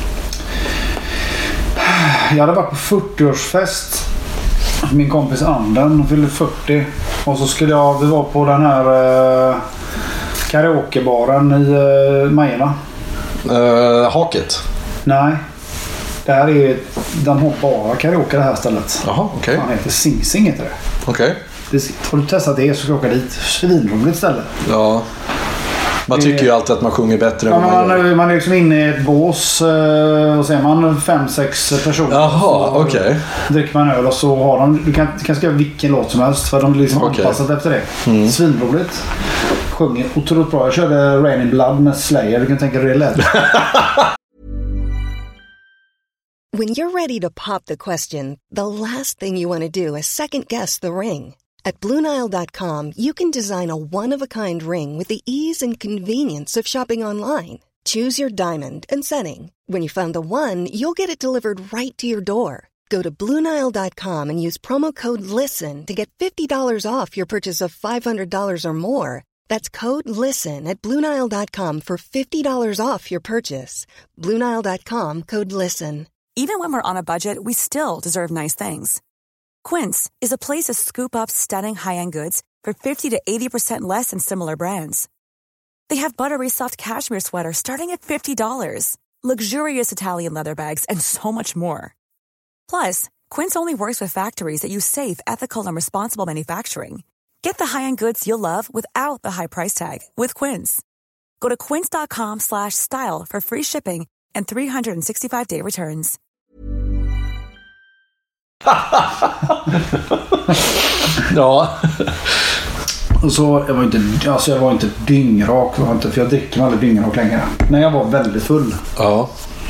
Jag hade varit på fyrtioårsfest. Min kompis Anden fyllde fyrtio. Och så skulle jag... Vi var på den här uh, karaokebaren i uh, Majerna. Uh, haket? Nej. Det här är... De har bara karaoke det här stället. Jaha, okej. Okay. Han heter Sing Sing heter det. Okej. Okay. Har du testat det så ska du åka dit. Svinroligt ställe. Ja. Man tycker det, ju alltid att man sjunger bättre ja, än man, man gör. Man är liksom inne i ett bås och så är man fem, sex personer. Jaha, okej. Okay. Dricker man öl och så har de... Du kan, du kan skriva vilken låt som helst för de är liksom okay. anpassat efter det. Mm. Svinroligt. Sjunger otroligt bra. Jag körde Rain in Blood med Slayer. Du kan tänka dig det lätt. When you're ready to pop the question, the last thing you want to do is second guess the ring. At Blue Nile dot com, you can design a one-of-a-kind ring with the ease and convenience of shopping online. Choose your diamond and setting. When you find the one, you'll get it delivered right to your door. Go to Blue Nile dot com and use promo code LISTEN to get fifty dollars off your purchase of five hundred dollars or more. That's code LISTEN at Blue Nile dot com for fifty dollars off your purchase. Blue Nile dot com, code LISTEN. Even when we're on a budget, we still deserve nice things. Quince is a place to scoop up stunning high-end goods for fifty to eighty percent less than similar brands. They have buttery soft cashmere sweaters starting at fifty dollars, luxurious Italian leather bags, and so much more. Plus, Quince only works with factories that use safe, ethical, and responsible manufacturing. Get the high-end goods you'll love without the high price tag with Quince. Go to quince dot com slash style for free shipping and three sixty-five day returns. Ja. Och så jag var inte alltså jag var inte dyngrak för inte för jag dricker mig aldrig dyngrak längre. När jag var väldigt full. Ja.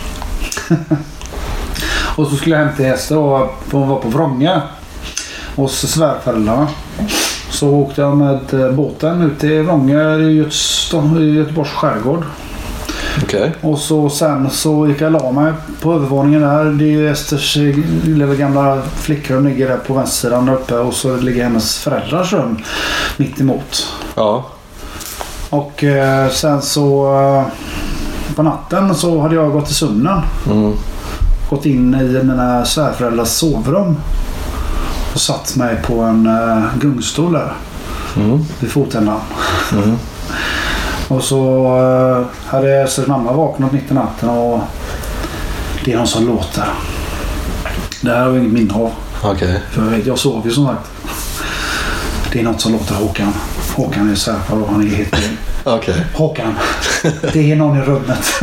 Och så skulle jag hem till Häster och hon var på Vrånge hos svärföräldrarna. Så åkte jag med båten ut till Vrånge i Göteborgs skärgård. Okay. Och så sen så gick jag la mig på övervåningen där. Det är ju Esters lilla gamla flickrum ligger där på vänstersidan där uppe. Och så ligger hennes föräldrars rum mitt emot. Ja. Och eh, sen så eh, på natten så hade jag gått till sömnen. Mm. Gått in i mina svärföräldrars sovrum. Och satt mig på en eh, gungstol där. Mm. Vid fotändan. Mm. Och så uh, hade Esters mamma vaknat mitt i natten och det är någon som låter. Det här har jag inget minne av. Okay. För jag vet, jag sov ju som sagt. Det är något som låter Håkan. Håkan är svärfar och han är helt grym. Okay. Håkan, det är någon i rummet.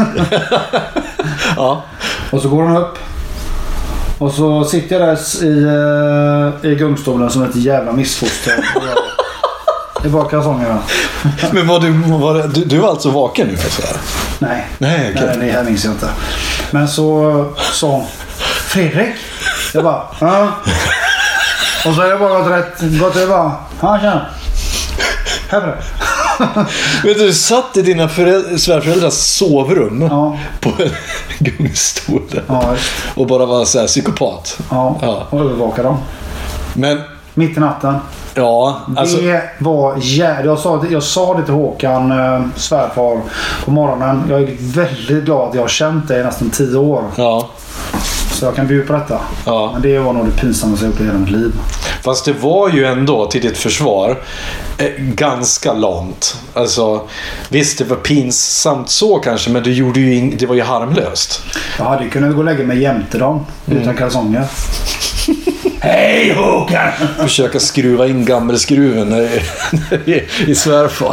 Ja. Och så går hon upp. Och så sitter jag där i, uh, i gungstolen som ett jävla missfoster. Det var kalsongerna. Men var du, var du, du var alltså vaken nu? Alltså? Nej. Nej, okay. Nej, det här minns jag inte. Men så sa Fredrik. Jag bara, ja. Och så har jag bara gått rätt. Gått och bara, ja tjena. Hävre. Vet du, du satt i dina föräldrar, svärföräldrars sovrum, ja, på en gungstol, ja, och bara var så här psykopat. Ja, ja, och övervakade dem. Men mitt i natten. Ja, alltså... Det var jävligt. Jag sa, jag sa det till Håkan, äh, svärfar, på morgonen. Jag är väldigt glad att jag har känt det i nästan tio år. Ja. Så jag kan bjuda på detta. Ja. Men det var nog det pinsammaste jag gjort i hela mitt liv. Fast det var ju ändå, till ditt försvar, eh, ganska långt. Alltså, visst det var pinsamt så kanske, men du gjorde ju in, det var ju harmlöst. Ja, det kunde gå och lägga mig jämte dem, mm, utan kalsonger. Hej Håkan! Försöka skruva in gammelskruven i, i svärfar.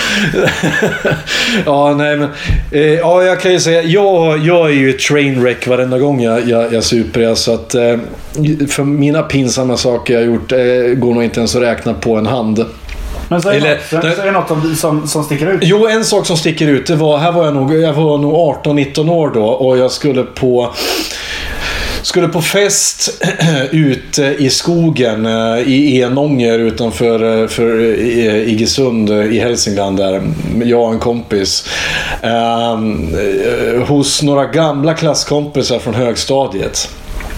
Ja, nej men eh, ja, jag kan ju säga jag, jag är ju ett trainwreck varenda gång jag, jag, jag super jag, så att eh, för mina pinsamma saker jag har gjort eh, går nog inte ens att räkna på en hand. Men så är Eller, något, så är det något som, som, som sticker ut. Jo, en sak som sticker ut, det var, här var jag nog, jag var nog arton nitton år då, och jag skulle på skulle på fest ute i skogen i Enånger utanför för Iggesund i Hälsingland där, jag och en kompis eh, hos några gamla klasskompisar från högstadiet.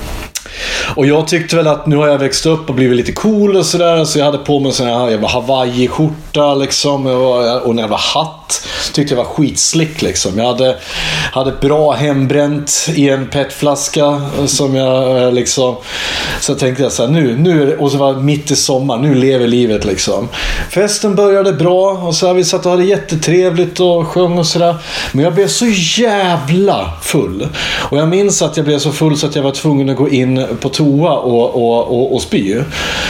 Och jag tyckte väl att nu har jag växt upp och blivit lite cool och sådär, så jag hade på mig en sån här jävla Hawaii-skjorta liksom, och en jävla hatt. Tyckte jag var skitslick liksom. Jag hade, hade bra hembränt i en petflaska som jag liksom, så tänkte jag så här, nu, nu, och så var det mitt i sommar, nu lever livet liksom. Festen började bra och så här, vi satt och hade jättetrevligt och sjöng och sådär. Men jag blev så jävla full. Och jag minns att jag blev så full så att jag var tvungen att gå in på toa och, och, och, och spy.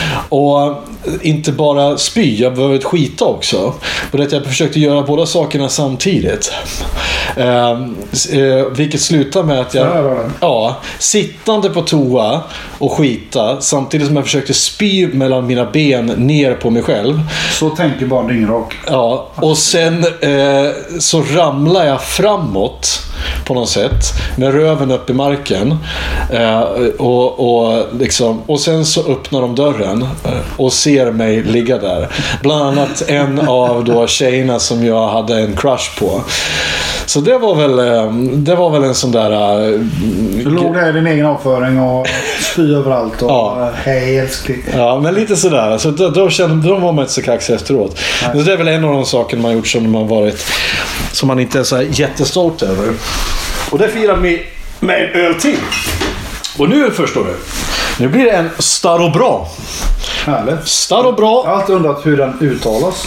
Och inte bara spy, jag behövde skita också. Och det jag försökte göra båda sakerna samtidigt. Eh, eh, vilket slutar med att jag ja, sittande på toa och skita samtidigt som jag försökte spy mellan mina ben ner på mig själv. Så tänker bara dyngrak. Ja, och sen eh, så ramlar jag framåt på något sätt med röven upp i marken eh, och, och, liksom, och sen så öppnar de dörren och ser mig ligga där. Bland annat en av då tjejerna som jag hade en crush på. Så det var väl det var väl en sån där äh, du låg där i din egen avföring och spy överallt och ja. Hej älskling. Ja, men lite sådär. Så då, då, kände, då var man inte så kaxig efteråt. Men det är väl en av de sakerna man gjort som man varit som man inte är så jättestolt över. Och det firar vi med en öl till. Och nu förstår du. Nu blir det en Starobra. Härligt. Starobra. Jag har alltid undrat hur den uttalas.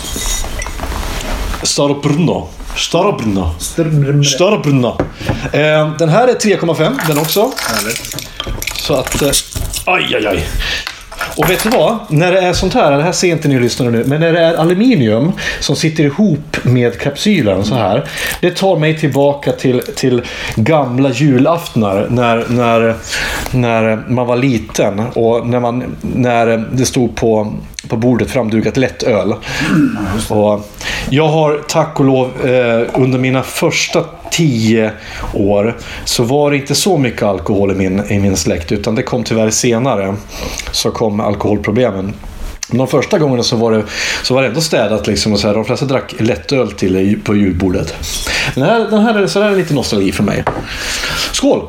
Starobrunno. Starobrunno. Starobrunno. Eh, den här är tre komma fem, den också. Härligt. Så att... Eh, aj, aj, aj. Och vet du vad? När det är sånt här, det här ser inte ni lyssnare nu, men när det är aluminium som sitter ihop med kapsylen så här, det tar mig tillbaka till, till gamla julaftnar när, när, när man var liten och när, man, när det stod på, på bordet framdukat lättöl. Och jag har tack och lov eh, under mina första tio år så var det inte så mycket alkohol i min, i min släkt, utan det kom tyvärr senare så kom alkoholproblemen. De första gångerna så var det, så var det ändå städat liksom, och så här, de flesta drack lättöl till på julbordet. Den här, den här, så här är lite nostalgi för mig. Skål!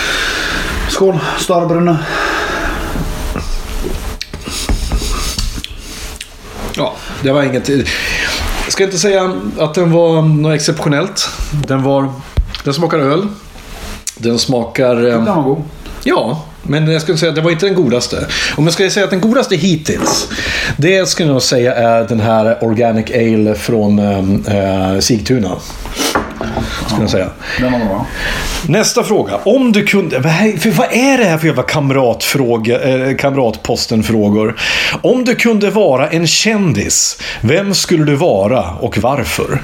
Skål, Starbrunne. Ja, det var inget. Jag ska inte säga att den var något exceptionellt. Den var, den smakar öl. Den smakar... Den var god. Ja, men jag skulle säga att det var inte den godaste. Om jag skulle säga att den godaste hittills, det skulle jag nog säga är den här Organic Ale från äh, Sigtuna. Skulle jag säga. Den var bra. Nästa fråga. Om du kunde... För vad är det här för jävla kamratfråga, eh, kamratpostenfrågor? Om du kunde vara en kändis, vem skulle du vara och varför?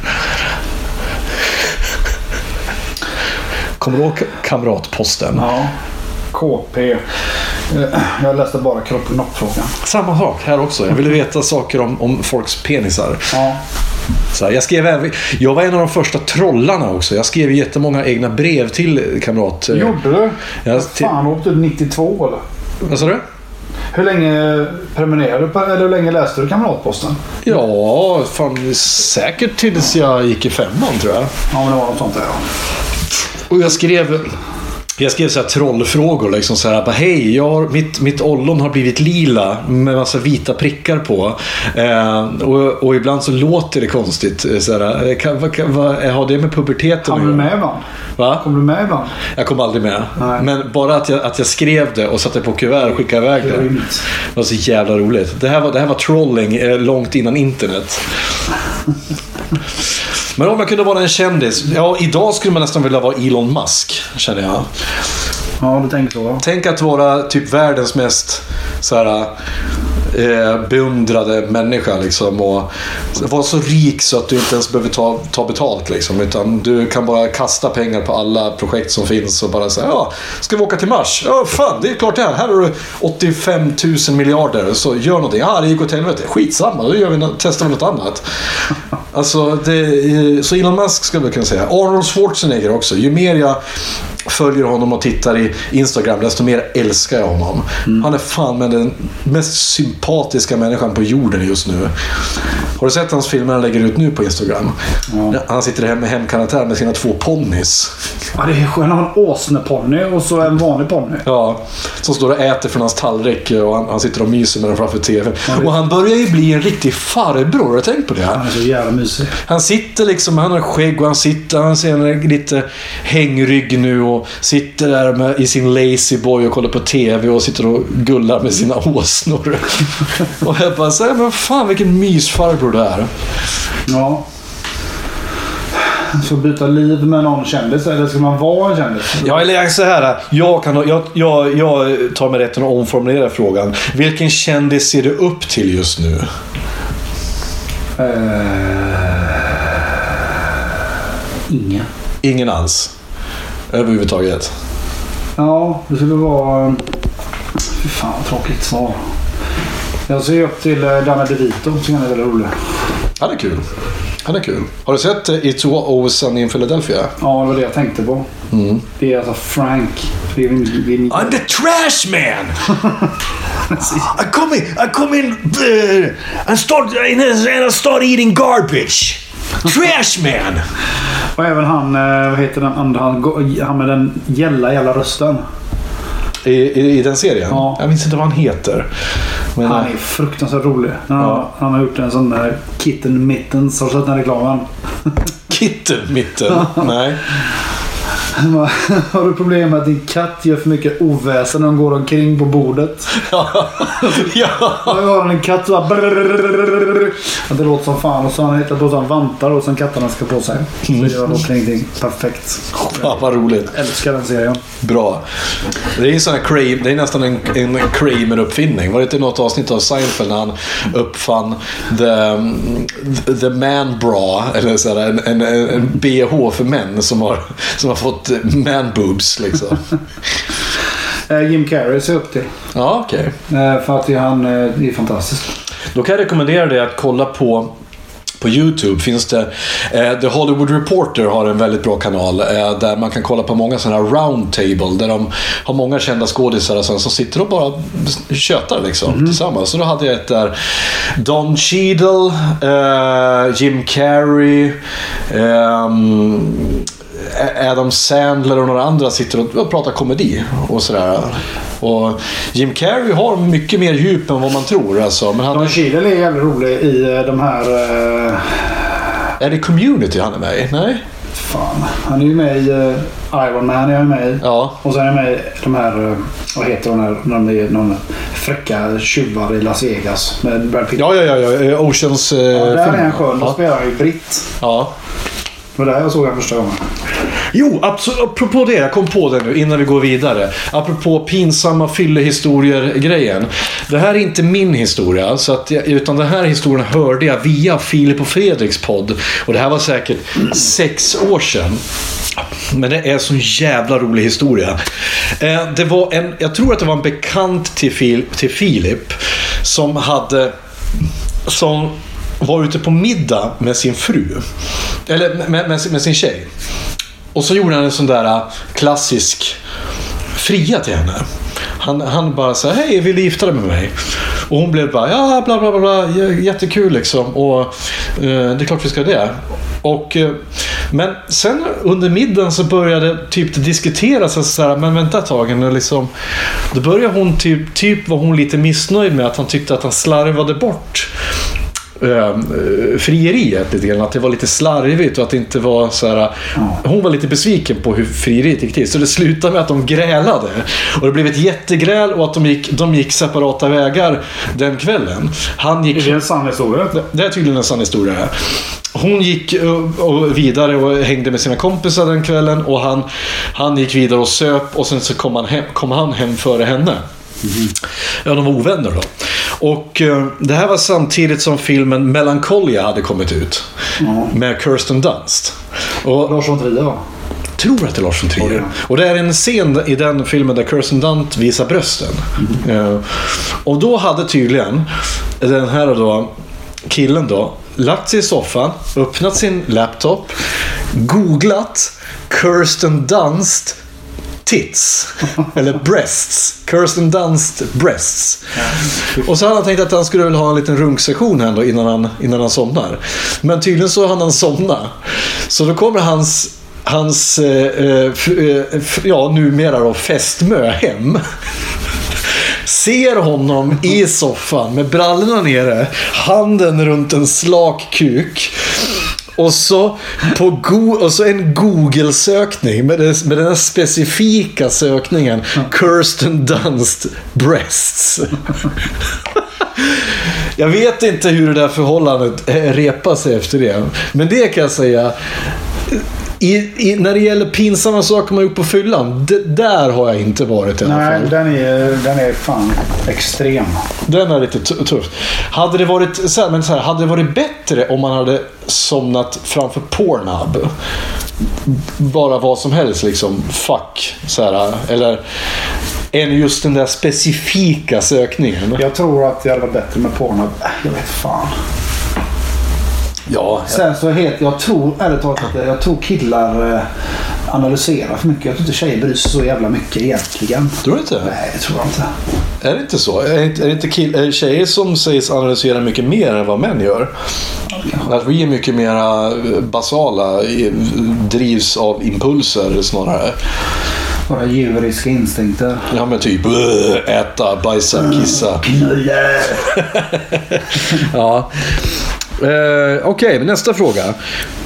Kommer du ihåg kamratposten? Ja. K P. Jag läste bara kropp- och knoppfrågan. Samma sak här också. Jag ville veta saker om, om folks penisar. Ja. Så jag skrev, jag var en av de första trollarna också. Jag skrev jättemånga egna brev till kamrat. Gjorde du? Jag, till, fan, åkte du nittiotvå eller? Vad sa du? Hur länge prenumererade du på, eller hur länge läste du kamratposten? Ja, fan, säkert tills jag gick i femman tror jag. Ja, men det var något sånt där. Ja. Och jag skrev... Jag skrev så här trollfrågor liksom så här, bara, hej, jag har, mitt, mitt ollon har blivit lila med massa vita prickar på eh, och, och ibland så låter det konstigt så här, kan, vad, kan, vad, har det med puberteten? Kom du med ibland? Va? Kom du med ibland? Jag kom aldrig med. Nej. Men bara att jag, att jag skrev det och satte på kuvert och skickade iväg det, det, det var så jävla roligt. Det här var, det här var trolling eh, långt innan internet. Men om jag kunde vara en kändis, ja, idag skulle man nästan vilja vara Elon Musk, känner jag. Ja, du tänker så. Tänk att vara typ världens mest så här, eh, beundrade människa liksom, och vara så rik så att du inte ens behöver ta, ta betalt liksom, utan du kan bara kasta pengar på alla projekt som finns och bara säga, ja, ska vi åka till Mars? Ja, fan, det är klart det här. Här har du åttiofem tusen miljarder, så gör någonting. Ja, det gick åt helvete. Skitsamma, då gör vi, testar vi något annat. Alltså, det, så Elon Musk skulle jag kunna säga. Arnold Schwarzenegger också. Ju mer jag följer honom och tittar i Instagram, desto mer älskar jag honom. Mm. Han är fan med den mest sympatiska människan på jorden just nu. Har du sett hans filmer han lägger ut nu på Instagram? Ja. Han sitter hem med hemkarantär med sina två ponnys. Ja, det är skönt. Han har en åsneponny och så en vanlig ponny. Ja, som står och äter från hans tallrik och han, han sitter och myser med den framför tv. Ja, det... Och han börjar ju bli en riktig farbror, har du tänkt på det? Han är så jävla mysig. Han sitter liksom, han har skägg och han sitter, han ser lite hängrygg nu och sitter där med, i sin lazy boy och kollar på tv och sitter och gullar med sina åsnor. Och jag bara säger, men fan vilken mysfarbror det är. Ja. Så byta liv med någon kändis, eller ska man vara en kändis? Ja, eller jag så här, jag, kan, jag, jag, jag tar mig rätten att omformulera frågan. Vilken kändis ser du upp till just nu? Uh, ingen. Ingen alls? Överhuvudtaget? Ja, det skulle vara... Fy fan, tråkigt svar. Jag ser upp till Danny DeVito, som är väldigt rolig. Ja, det är kul. Han är kul. Har du sett It's Always Sunny in Philadelphia? Ja, det var det jag tänkte på. Mm. Det är alltså Frank. Det är min, min... I'm the trash man! I come in, I come in uh, and start, and I start eating garbage. Trash man! Och även han, vad heter den andra, han, han med den gälla jävla rösten. I, i, i den serien? Ja. Jag minns inte vad han heter. Men han är fruktansvärt rolig. Han, ja. han har gjort en sån där Kitten Mittens. Har du sett den reklamen? Kitten Mitten? Nej. Har du problem med att din katt gör för mycket oväsen när de går omkring på bordet? Ja. Ja. Jag har en katt så att det låter som fan. Och så har han hittat på sån vantar och sen katterna ska på sig. Så gör de omkring perfekt. Ja, vad roligt. Jag älskar den serien. Bra. Det är, en sån här Kramer, det är nästan en, en Kramer-uppfinning. Var det inte något avsnitt av Seinfeld när han uppfann the, the man bra, eller så här, en, en, en B H för män som har, som har fått man boobs liksom. Jim Carrey ser upp till. Ja, okej. Okay. För att han är fantastisk. Då kan jag rekommendera dig att kolla på på YouTube finns det eh, The Hollywood Reporter har en väldigt bra kanal eh, där man kan kolla på många sådana här roundtable där de har många kända skådisar som sitter och bara tjötar liksom mm. tillsammans. Så då hade jag ett där Don Cheadle, eh, Jim Carrey, eh, Adam Sandler och några andra sitter och pratar komedi och sådär. Och Jim Carrey har mycket mer djup än vad man tror alltså. Men han... Don Cheadle är jävligt rolig i de här uh... Är det Community han är med i? Nej? Fan, han är ju med i uh, Iron Man är med i. Ja. Och sen är han med i de här uh, vad heter de här när de är någon fräcka tjuvar i Las Vegas med Brad Pitt. Ja, ja, ja, ja. Oceans uh, ja, där film. Är han skön. Då ja. Spelar han ju Britt. Ja. Det var där jag såg han första gången. Jo, absolut. Apropå det, jag kom på det nu innan vi går vidare. Apropå pinsamma fyllehistorier-grejen. Det här är inte min historia, så att jag, utan den här historien hörde jag via Filip och Fredriks podd. Och det här var säkert sex år sedan. Men det är en så jävla rolig historia. Eh, det var en, jag tror att det var en bekant till, Fil, till Filip som hade... Som var ute på middag med sin fru. Eller med, med, med sin tjej. Och så gjorde han en sån där klassisk fria till henne. Han, han bara sa, hej, vill du gifta dig med mig? Och hon blev bara, ja, bla bla bla, bla jättekul liksom. Och eh, det är klart vi ska det. Och, eh, men sen under middagen så började typ det diskuteras så här, men vänta ett tag nu liksom. Då började hon typ, typ var hon lite missnöjd med att han tyckte att han slarvade bort äh, frieriet lite grann, att det var lite slarvigt och att det inte var så här. Ja. Hon var lite besviken på hur frieriet gick till, så det slutade med att de grälade och det blev ett jättegräl och att de gick, de gick separata vägar den kvällen. Han gick, är det en sann historia? Det är tydligen en sann historia. Hon gick och vidare och hängde med sina kompisar den kvällen och han, han gick vidare och söp och sen så kom han hem, kom han hem före henne. Mm. Ja, de var ovänner då. Och uh, det här var samtidigt som filmen Melancholia hade kommit ut. Mm. Med Kirsten Dunst. Och Lars von Trier, va? Tror att det är Lars von Trier. Oh, ja. Och det är en scen i den filmen där Kirsten Dunst visar brösten. Mm. Uh, och då hade tydligen den här då killen då lagt sig i soffan, öppnat sin laptop, googlat Kirsten Dunst tits eller breasts, Kirsten Dunst breasts. Och så hade han tänkt att han skulle ha en liten runksektion här då innan han, innan han somnar. Men tydligen så hann han somna. Så då kommer hans hans eh, f, f, ja, numera då fästmö hem. Ser honom i soffan med brallorna nere, handen runt en slak kuk. Och så, på go- och så en Google-sökning med, det, med den här specifika sökningen Kirsten Dunst breasts. Jag vet inte hur det där förhållandet repar sig efter det. Men det kan jag säga, I, i, när det gäller pinsamma saker man gjort på fyllan, det, där har jag inte varit i alla Nej, fall. den är, den är fan extrem. Den är lite t- tuff. Hade det varit så här, men så här, hade det varit bättre om man hade somnat framför Pornhub? Bara vad som helst liksom, fuck så här, eller än just den där specifika sökningen. Jag tror att det hade varit bättre med Pornhub. Jag vet fan. Ja, sen så helt, jag tror ärligt talat att jag tror killar eh, analyserar för mycket. Jag tror inte tjejer bryr sig så jävla mycket egentligen. Tror du inte? Nej, det tror jag inte. Är det inte så? Är det inte, är det inte kill, är det tjejer som sägs analysera mycket mer än vad män gör? Ja. Att vi är mycket mer basala, drivs av impulser snarare. Bara djuriska instinkter. Ja, men typ äta, bajsa, kissa. Ja. Uh, Okej, okay, nästa fråga.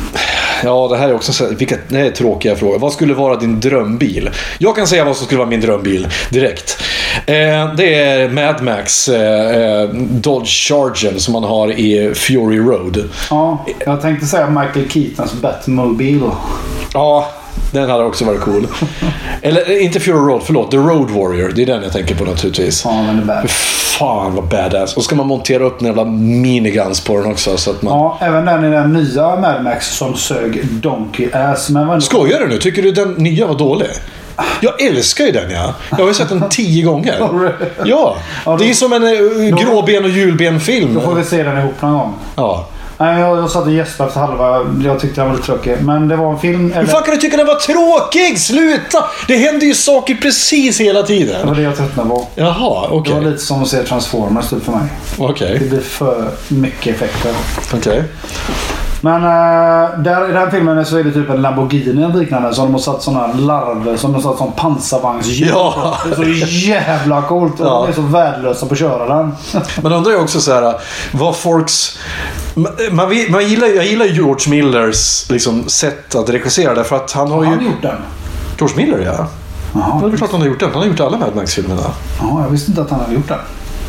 Ja, det här är också så, vilka, det här är tråkiga frågor. Vad skulle vara din drömbil? Jag kan säga vad som skulle vara min drömbil direkt. Eh, det är Mad Max eh, Dodge Charger som man har i Fury Road. Ja, jag tänkte säga Michael Keatons Batmobile. Ja, den hade också varit cool. Eller inte Fury Road, förlåt, The Road Warrior. Det är den jag tänker på naturligtvis. Ja, den är bad. Fan vad badass. Och ska man montera upp en jävla miniguns på den också så att man... Ja, även den i den nya Mad Max som sög donkey ass. Men vad... Skojar du nu? Tycker du den nya var dålig? Jag älskar ju den, ja. Jag har ju sett den tio gånger. Ja, det är som en gråben och julben-film. Då får vi se den ihop någon gång. Ja. Nej, jag, jag satt och gästade efter halva. Jag tyckte den var lite tråkig. Men det var en film... Eller... Hur fan kan du tycka den var tråkig? Sluta! Det händer ju saker precis hela tiden. Det var det jag tröttnade på. Jaha, okej. Okay. Det var lite som att se Transformers typ för mig. Okej. Okay. Det blir för mycket effekter. Okej. Okay. Men äh, där, i den här filmen så är det typ en Lamborghini och liknande. Så de har satt sådana larver som de har satt som pansarvagnsdjur. Ja. Det är så jävla coolt. Och ja. De är så värdelösa på att köra den. Man undrar ju också så här, vad folks... Man, man gillar, jag gillar George Millers liksom, sätt att regissera det. För att han har ju... Han har gjort den. George Miller, ja. Jaha, det är klart han har gjort den. Han har gjort alla Mad Max-filmerna. Ja, jag visste inte att han hade gjort den.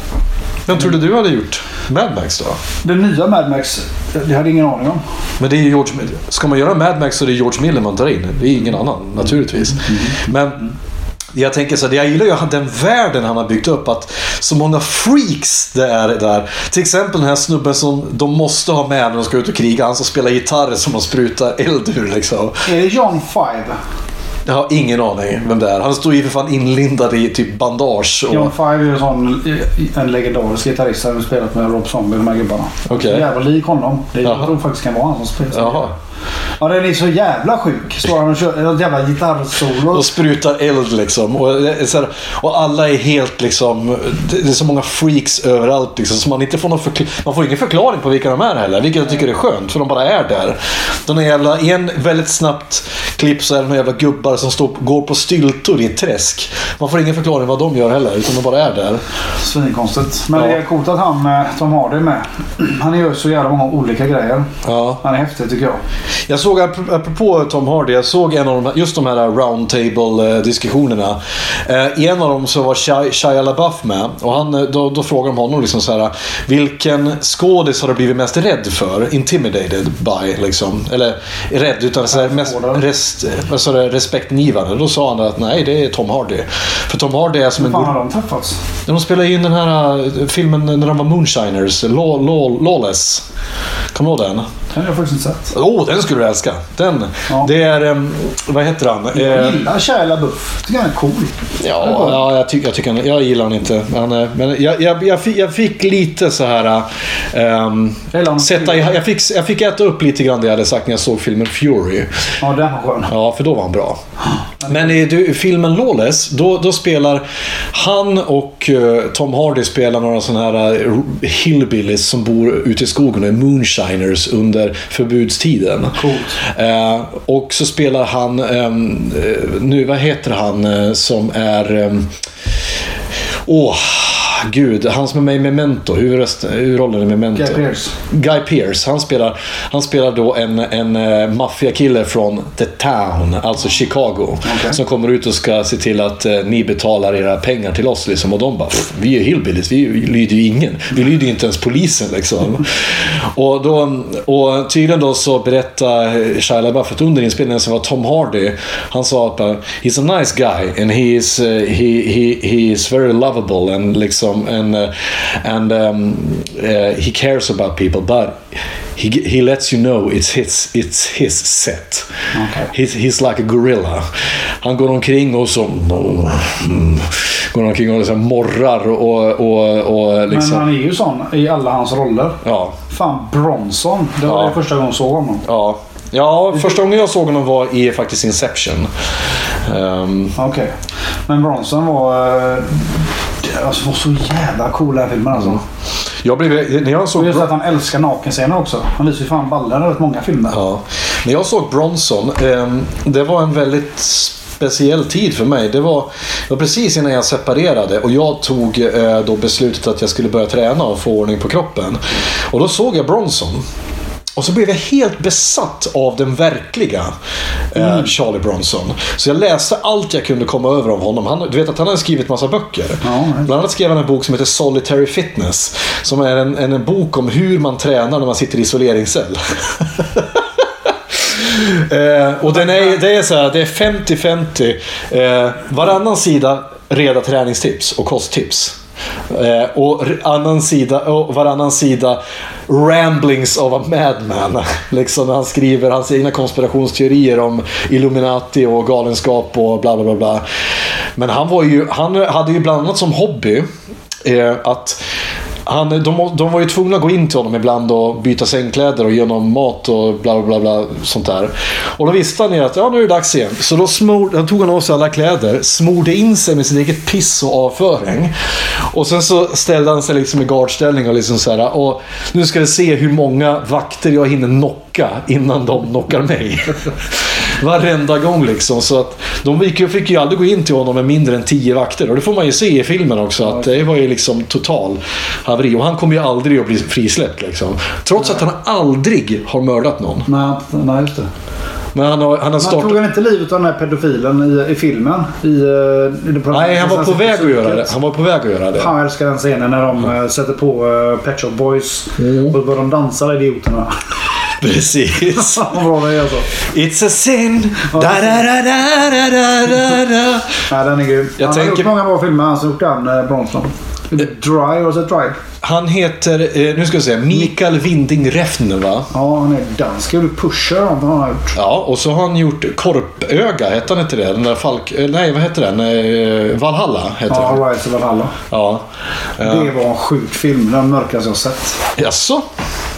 Vem trodde du hade gjort Mad Max då? Den nya Mad Max, det hade ingen aning om. Men det är George Miller. Ska man göra Mad Max så är det George Miller man tar in. Det är ingen annan, naturligtvis. Mm. Men jag tänker så här, jag gillar ju den världen han har byggt upp, att så många freaks det är där. Till exempel den här snubben som de måste ha med när de ska ut och kriga. Han som spelar gitarr som man sprutar eld ur liksom. Är det John Five? Jag har ingen aning vem det är. Han står ju för fan inlindad i typ bandage. Och... John Five är en sån en legendarisk gitarrist som har spelat med Rob Zombie och de här gubbarna. Okej. Okay. Jävla lik honom. Det är, jag tror faktiskt kan vara han som spelar. Jaha. Ja, den är så jävla sjuk. Står han och kör en jävla gitarrsolo. Och sprutar eld liksom. Och, så här, och alla är helt liksom... Det är så många freaks överallt liksom. Så man inte får någon förkl- man får ingen förklaring på vilka de är heller. Vilket jag tycker är skönt. För de bara är där. De är jävla... En väldigt snabbt klipp så är det några jävla gubbar som står, går på styltor i ett träsk. Man får ingen förklaring vad de gör heller. Utan de bara är där. Svinkonstigt. Men ja. det är coolt att han, Tom Hardy med. Han gör så jävla många olika grejer. Ja. Han är häftig tycker jag. Jag såg, apropå Tom Hardy, jag såg en av de, just de här roundtable-diskussionerna. I en av dem så var Shia, Shia LaBeouf med. Och han, då, då frågade de honom liksom så här: vilken skådis har du blivit mest rädd för? Intimidated by, liksom. Eller rädd, utan så här, mest rest, så här, respektgivande. Då sa han att nej, det är Tom Hardy. För Tom Hardy är som Hur en... fan har de träffats? De spelade in den här filmen när de var Moonshiners, Law, Law, Lawless. Kommer du ihåg den? Den har jag faktiskt inte sett. Åh, oh, den skulle du älska. Den. Ja. Det är, um, vad heter han? Jag gillar Shia LaBeouf. Tycker han är cool. Ja, är cool. ja jag, tycker, jag, tycker han, jag gillar han inte. Men, men jag, jag, jag, fick, jag fick lite så här... Um, sätta, jag, jag, fick, jag fick äta upp lite grann det jag hade sagt när jag såg filmen Fury. Ja, den var skön. Ja, för då var han bra. Men i du, filmen Lawless, då, då spelar han och uh, Tom Hardy spelar några sådana här uh, hillbillies som bor ute i skogen och är moonshiners under förbudstiden. Coolt. Uh, och så spelar han um, uh, nu, vad heter han uh, som är um, åh Gud, han som är med i Memento, huvudrollen i Memento. Guy Pearce. Guy Pearce, han spelar, han spelar då en, en uh, maffiakille från The Town, alltså Chicago, okay. Som kommer ut och ska se till att uh, ni betalar era pengar till oss liksom, och de bara, vi är hillbillies, vi lyder ju ingen, vi lyder ju inte ens polisen liksom. och, då, och tydligen då så berättar Shia LaBeouf att under inspelningen så var Tom Hardy, han sa att uh, he's a nice guy and he is, uh, he, he, he is very lovable and liksom and uh, and um, uh, he cares about people, but he he lets you know it's his it's his set. Okay. He's he's like a gorilla. Han går omkring och så mm, går omkring och liksom morrar och och och liksom. Men han är ju sån i alla hans roller. Ja. Fan, Bronson. Det var ja. det första gången jag såg honom. Ja. Ja, första gången jag såg honom var i faktiskt Inception. Um, Okej. Okay. Men Bronson var alltså var så jävla cool den här filmen alltså. Mm. Jag blev när jag såg och just att han älskar nakenscener också. Han visar ju fan ballen i rätt många filmer. Ja. När jag såg Bronson, um, det var en väldigt speciell tid för mig. Det var, det var precis innan jag separerade och jag tog eh, då beslutet att jag skulle börja träna och få ordning på kroppen. Och då såg jag Bronson. Och så blev jag helt besatt av den verkliga eh, mm. Charlie Bronson. Så jag läste allt jag kunde komma över om honom. Han, du vet att han har skrivit massa böcker. Ja, bland annat skrev han en bok som heter Solitary Fitness. Som är en, en, en bok om hur man tränar när man sitter i isoleringscell. eh, och den är, det är så här, det är femtio femtio. Eh, varannan sida reda träningstips och kosttips. Eh, och annan sida och varannan sida ramblings of a madman, liksom när han skriver hans egna konspirationsteorier om Illuminati och galenskap och bla bla bla bla. Men han var ju, han hade ju bland annat som hobby eh, att han, de, de var ju tvungna att gå in till honom ibland och byta sängkläder och ge honom mat och bla bla bla sånt där. Och då visste han ju att ja, nu är det dags igen. Så då smord, han tog han av sig alla kläder, smorde in sig med sitt eget piss och avföring. Och sen så ställde han sig liksom i gardställning och liksom så här, och nu ska vi se hur många vakter jag hinner knocka innan de knockar mig. Varenda gång liksom. Så att de fick, fick ju aldrig gå in till honom med mindre än tio vakter. Och det får man ju se i filmen också, att det var ju liksom total haveri. Och han kommer ju aldrig att bli frisläppt liksom. Trots att han aldrig har mördat någon. Nej, nej just det. Men han har, han har startat... tog han inte livet av den här pedofilen i, i filmen? I, i Nej, han var på väg att göra det. Han var på väg att göra det. Han älskar den scenen när de mm. sätter på uh, Pet Shop Boys mm. och börjar de dansa, idioterna. Precis. Bra det är alltså. It's a sin. Da, da, da, da, da, da, da. Nej, den är grym. Han tänker... har gjort många bra filmer. Han har gjort den uh, Bronson. Dry or it Dry? Han heter, eh, nu ska jag säga, Mikael Winding Refn, va? Ja, han är dansk. Du Pusher har han gjort. Ja, och så har han gjort Korpöga, heter han inte det? Den där Falk, nej, vad heter den? Eh, Valhalla heter ja, den. Ja, Rise of Valhalla. Ja. Det var en sjuk film, den mörkaste jag sett. Jaså?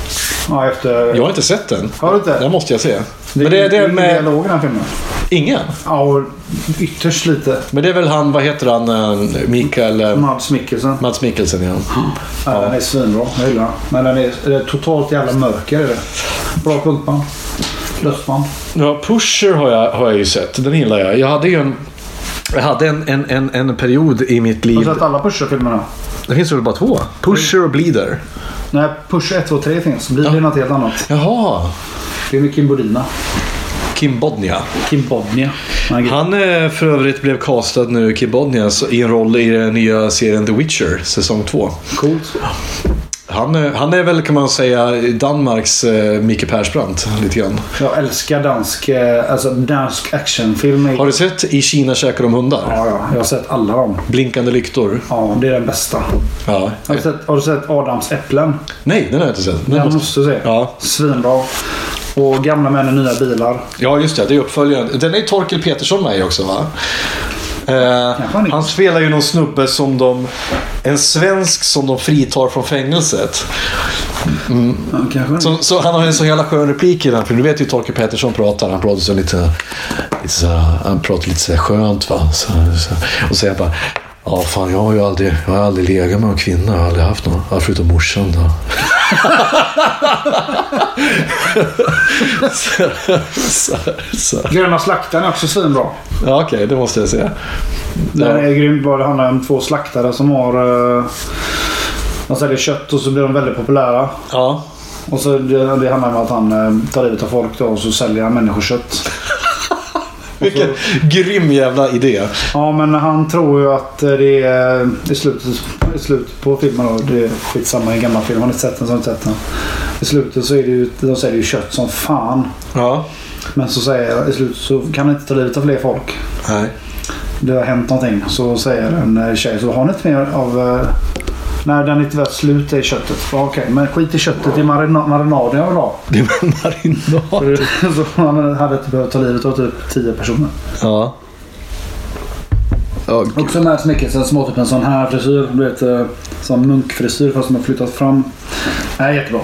Ja, efter... Jag har inte sett den. Har du inte? Det måste jag se. Det, men det, det är med... dialog i den här filmen. Ingen? Ja, och ytterst lite. Men det är väl han, vad heter han? Mikael... Mads Mikkelsen. Mads Mikkelsen, ja. Ja, ja. Den är svinbra. Jag gillar den. Men den är, det är totalt jävla mörker. Är det. Bra punkband. Lösband. Ja, Pusher har jag, har jag ju sett. Den gillar jag. Jag hade ju en... Jag hade en, en, en, en period i mitt liv... Har du sett alla Pusher-filmerna? Det finns väl bara två? Pusher och Bleeder. Nej, Pusher ett, två, tre finns. Bleeder är något helt annat. Jaha. Det är med Kim Bodnia. Kim Bodnia. Kim Bodnia. Han är för övrigt blev castad nu, Kim Bodnia, i en roll i den nya serien The Witcher, säsong två. Coolt. Han, han är väl, kan man säga, Danmarks eh, Micke Persbrandt lite grann. Jag älskar dansk, alltså dansk actionfilm. Har du sett I Kina käkar de hundar? Ja, ja, jag har sett alla dem. Blinkande lyktor. Ja, det är den bästa. Ja. Har du sett, har du sett Adams äpplen? Nej, den har jag inte sett. Den Den måste... måste du se. Ja. Svinbra. Och Gamla män i nya bilar. Ja, just det. Det är uppföljaren. Den är Torkel Petersson med också, va? Eh, han spelar ju någon snubbe som de... En svensk som de fritar från fängelset. Mm. Ja, så, så han har en så jävla skön replik i den. För du vet ju Torkel Petersson pratar. Han pratar så lite... lite så, han pratar lite så skönt, va? Så, så, och säger bara... Ja, fan, jag har ju aldrig, jag har aldrig legat med en kvinna. Jag har aldrig haft någon. Ja, förutom morsan då. så, så, så. Gröna slaktaren är också svinbra. Ja, okej, okay, det måste jag säga. Den ja. är grym. Det handlar om två slaktare som har... Uh, de säljer kött och så blir de väldigt populära. Ja. Och så det, det handlar om att han uh, tar livet av folk då, och så säljer han människokött. Vilken så, grym jävla idé. Ja, men han tror ju att det är i slutet, i slutet på filmen då, det är skitsamma i en gammal film. Har ni sett den så har ni sett den. I slutet så är det ju, de säljer ju kött som fan. Ja. Men så säger i slutet så kan han inte ta livet av fler folk. Nej. Det har hänt någonting. Så säger en tjej, så har ni inte mer av... Nej, den är inte värt slut i köttet. Okej, okay, men skit i köttet i marina- marinaden jag vill ha. Det är marinad. Så han hade inte behövt ta livet av typ tio personer. Ja. Oh, också med Mikkelsen som har typ en sån här frisyr. Du vet, sån munkfrisyr fast som har flyttat fram. Nej, jättebra.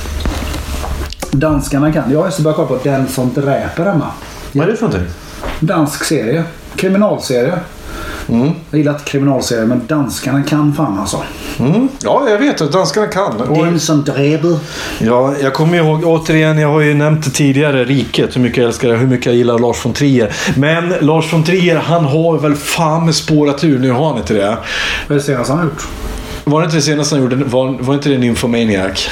Danskarna kan. Jag har just börjat kolla på Den som dräper hemma. Vad är det för någonting? Dansk serie. Kriminalserie. Mm. Jag gillar inte kriminalserier, men danskarna kan fan alltså. Mm. Ja, jag vet att danskarna kan. Den som dräper. Ja, jag kommer ihåg återigen, jag har ju nämnt det tidigare, Riket, hur mycket jag älskar det, hur mycket jag gillar Lars von Trier. Men Lars von Trier, han har väl fan med spårat ur, nu har han inte det. Vad är det senaste han har gjort? Var det inte det senaste han gjorde? Var, var inte det Nymphomaniac?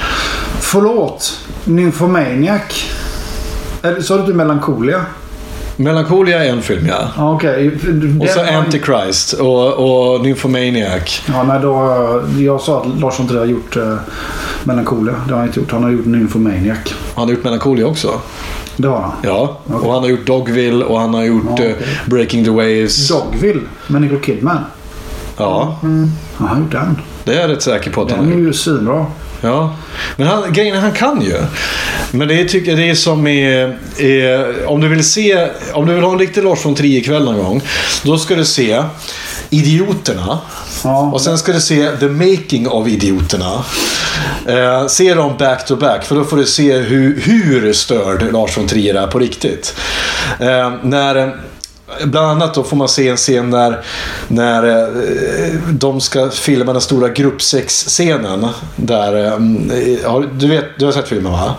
Förlåt, Nymphomaniac. Eller så har du Melancholia? Melancholia är en film, ja. Ah, okay. Och så Antichrist och, och Nymphomaniac. Ja, nej, då, jag sa att Lars von Trier har gjort uh, Melancholia. Det har han inte gjort. Han har gjort Nymphomaniac. Han har gjort Melancholia också. Det har han? Ja, okay. Och han har gjort Dogville och han har gjort ja, okay. uh, Breaking the Waves. Dogville med Nicole Kidman? Ja. Mm. Han har gjort den. Det är jag rätt säker på att den han har gjort. Den är ju svinbra. Ja, men han, grejen han kan ju. Men det tycker jag det är som är, är, om du vill se, om du vill ha en riktig Lars von Trier kväll någon gång, då ska du se Idioterna. Ja. Och sen ska du se The Making of Idioterna. Eh, se dem back to back, för då får du se hur, hur störd Lars von Trier är på riktigt. Eh, när Bland annat då får man se en scen där när eh, de ska filma den stora gruppsex-scenen där, eh, du vet, du har sett filmen, va?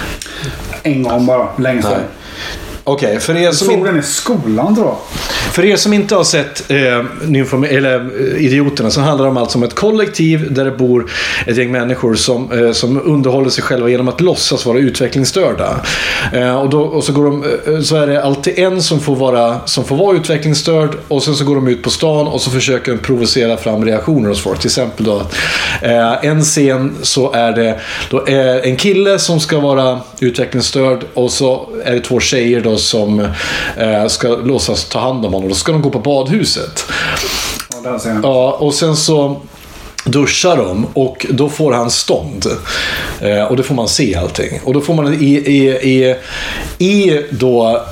En gång bara, länge sedan. Okej, okay, för er som såg den i skolan tror jag. För er som inte har sett eh, Nymphom- eller eh, Idioterna, så handlar det om alltså om ett kollektiv där det bor ett gäng människor som, eh, som underhåller sig själva genom att låtsas vara utvecklingsstörda. Eh, och, då, och så, går de, eh, så är det alltid en som får, vara, som får vara utvecklingsstörd, och sen så går de ut på stan och så försöker de provocera fram reaktioner hos folk. Till exempel då eh, en scen så är det då är en kille som ska vara utvecklingsstörd, och så är det två tjejer då som eh, ska låtsas ta hand om honom, och då ska de gå på badhuset. Ja, där ser jag. Ja, och sen så duschar de, och då får han stånd. Eh, och då får man se allting. Och då får man i, i, i, i då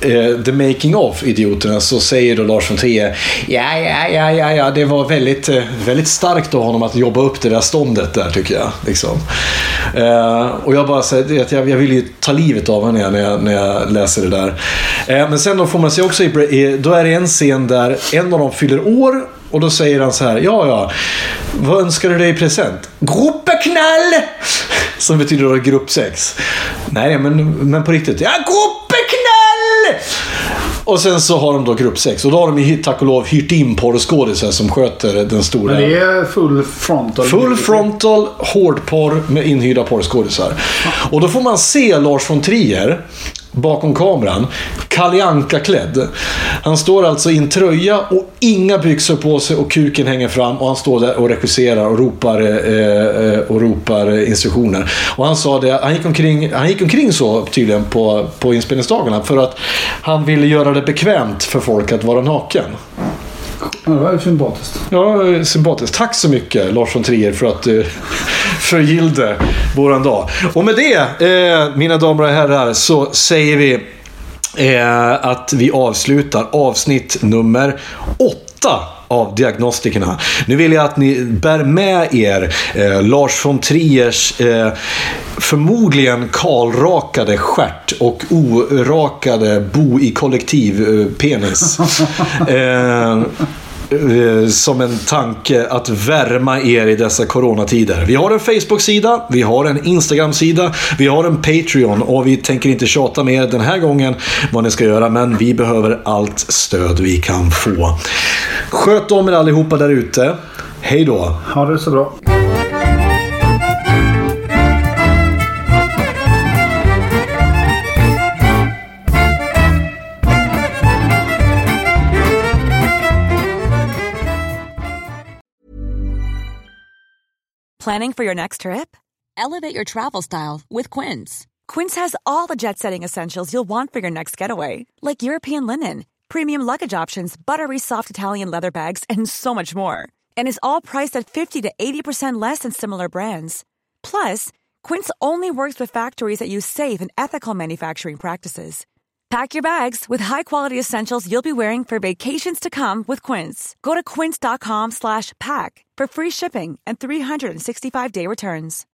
eh, The Making of Idioterna så säger då Lars von Trier ja, ja, ja, ja, ja, det var väldigt, eh, väldigt starkt av honom att jobba upp det där ståndet där tycker jag. Liksom. Eh, och jag bara säger att jag, jag vill ju ta livet av henne när jag, när jag läser det där. Eh, men sen då får man se också, i, då är det en scen där en av dem fyller år och då säger han så här, ja, ja, vad önskar du dig i present? Gruppeknall! Som betyder då gruppsex. Nej, men, men på riktigt, ja, gruppeknall! Och sen så har de då gruppsex. Och då har de ju tack och lov hyrt in porrskådisar som sköter den stora. Men det är full frontal. Full frontal, hårdporr med inhyrda porrskådisar. Och då får man se Lars von Trier bakom kameran, Kalle Anka-klädd. Han står alltså i en tröja och inga byxor på sig och kuken hänger fram och han står där och regisserar och ropar eh, och ropar instruktioner. Och han sa det, han gick omkring, han gick omkring så tydligen på, på inspelningsdagarna för att han ville göra det bekvämt för folk att vara naken. Ja, det var sympatiskt. Ja, sympatiskt. Tack så mycket Lars von Trier för att du förgyllde våran dag. Och med det, eh, mina damer och herrar, så säger vi eh, att vi avslutar avsnitt nummer åtta av Diagnostikerna. Nu vill jag att ni bär med er eh, Lars von Triers eh, förmodligen kalrakade stjärt och orakade bo i kollektiv eh, penis. Eh, som en tanke att värma er i dessa coronatider. Vi har en Facebook-sida, vi har en Instagram-sida, vi har en Patreon och vi tänker inte tjata mer den här gången vad ni ska göra, men vi behöver allt stöd vi kan få. Sköt om er allihopa där ute. Hej då. Ha det så bra. Planning for your next trip? Elevate your travel style with Quince. Quince has all the jet-setting essentials you'll want for your next getaway, like European linen, premium luggage options, buttery soft Italian leather bags, and so much more. And is all priced at fifty to eighty percent less than similar brands. Plus, Quince only works with factories that use safe and ethical manufacturing practices. Pack your bags with high-quality essentials you'll be wearing for vacations to come with Quince. Go to quince dot com slash pack for free shipping and three hundred sixty-five day returns.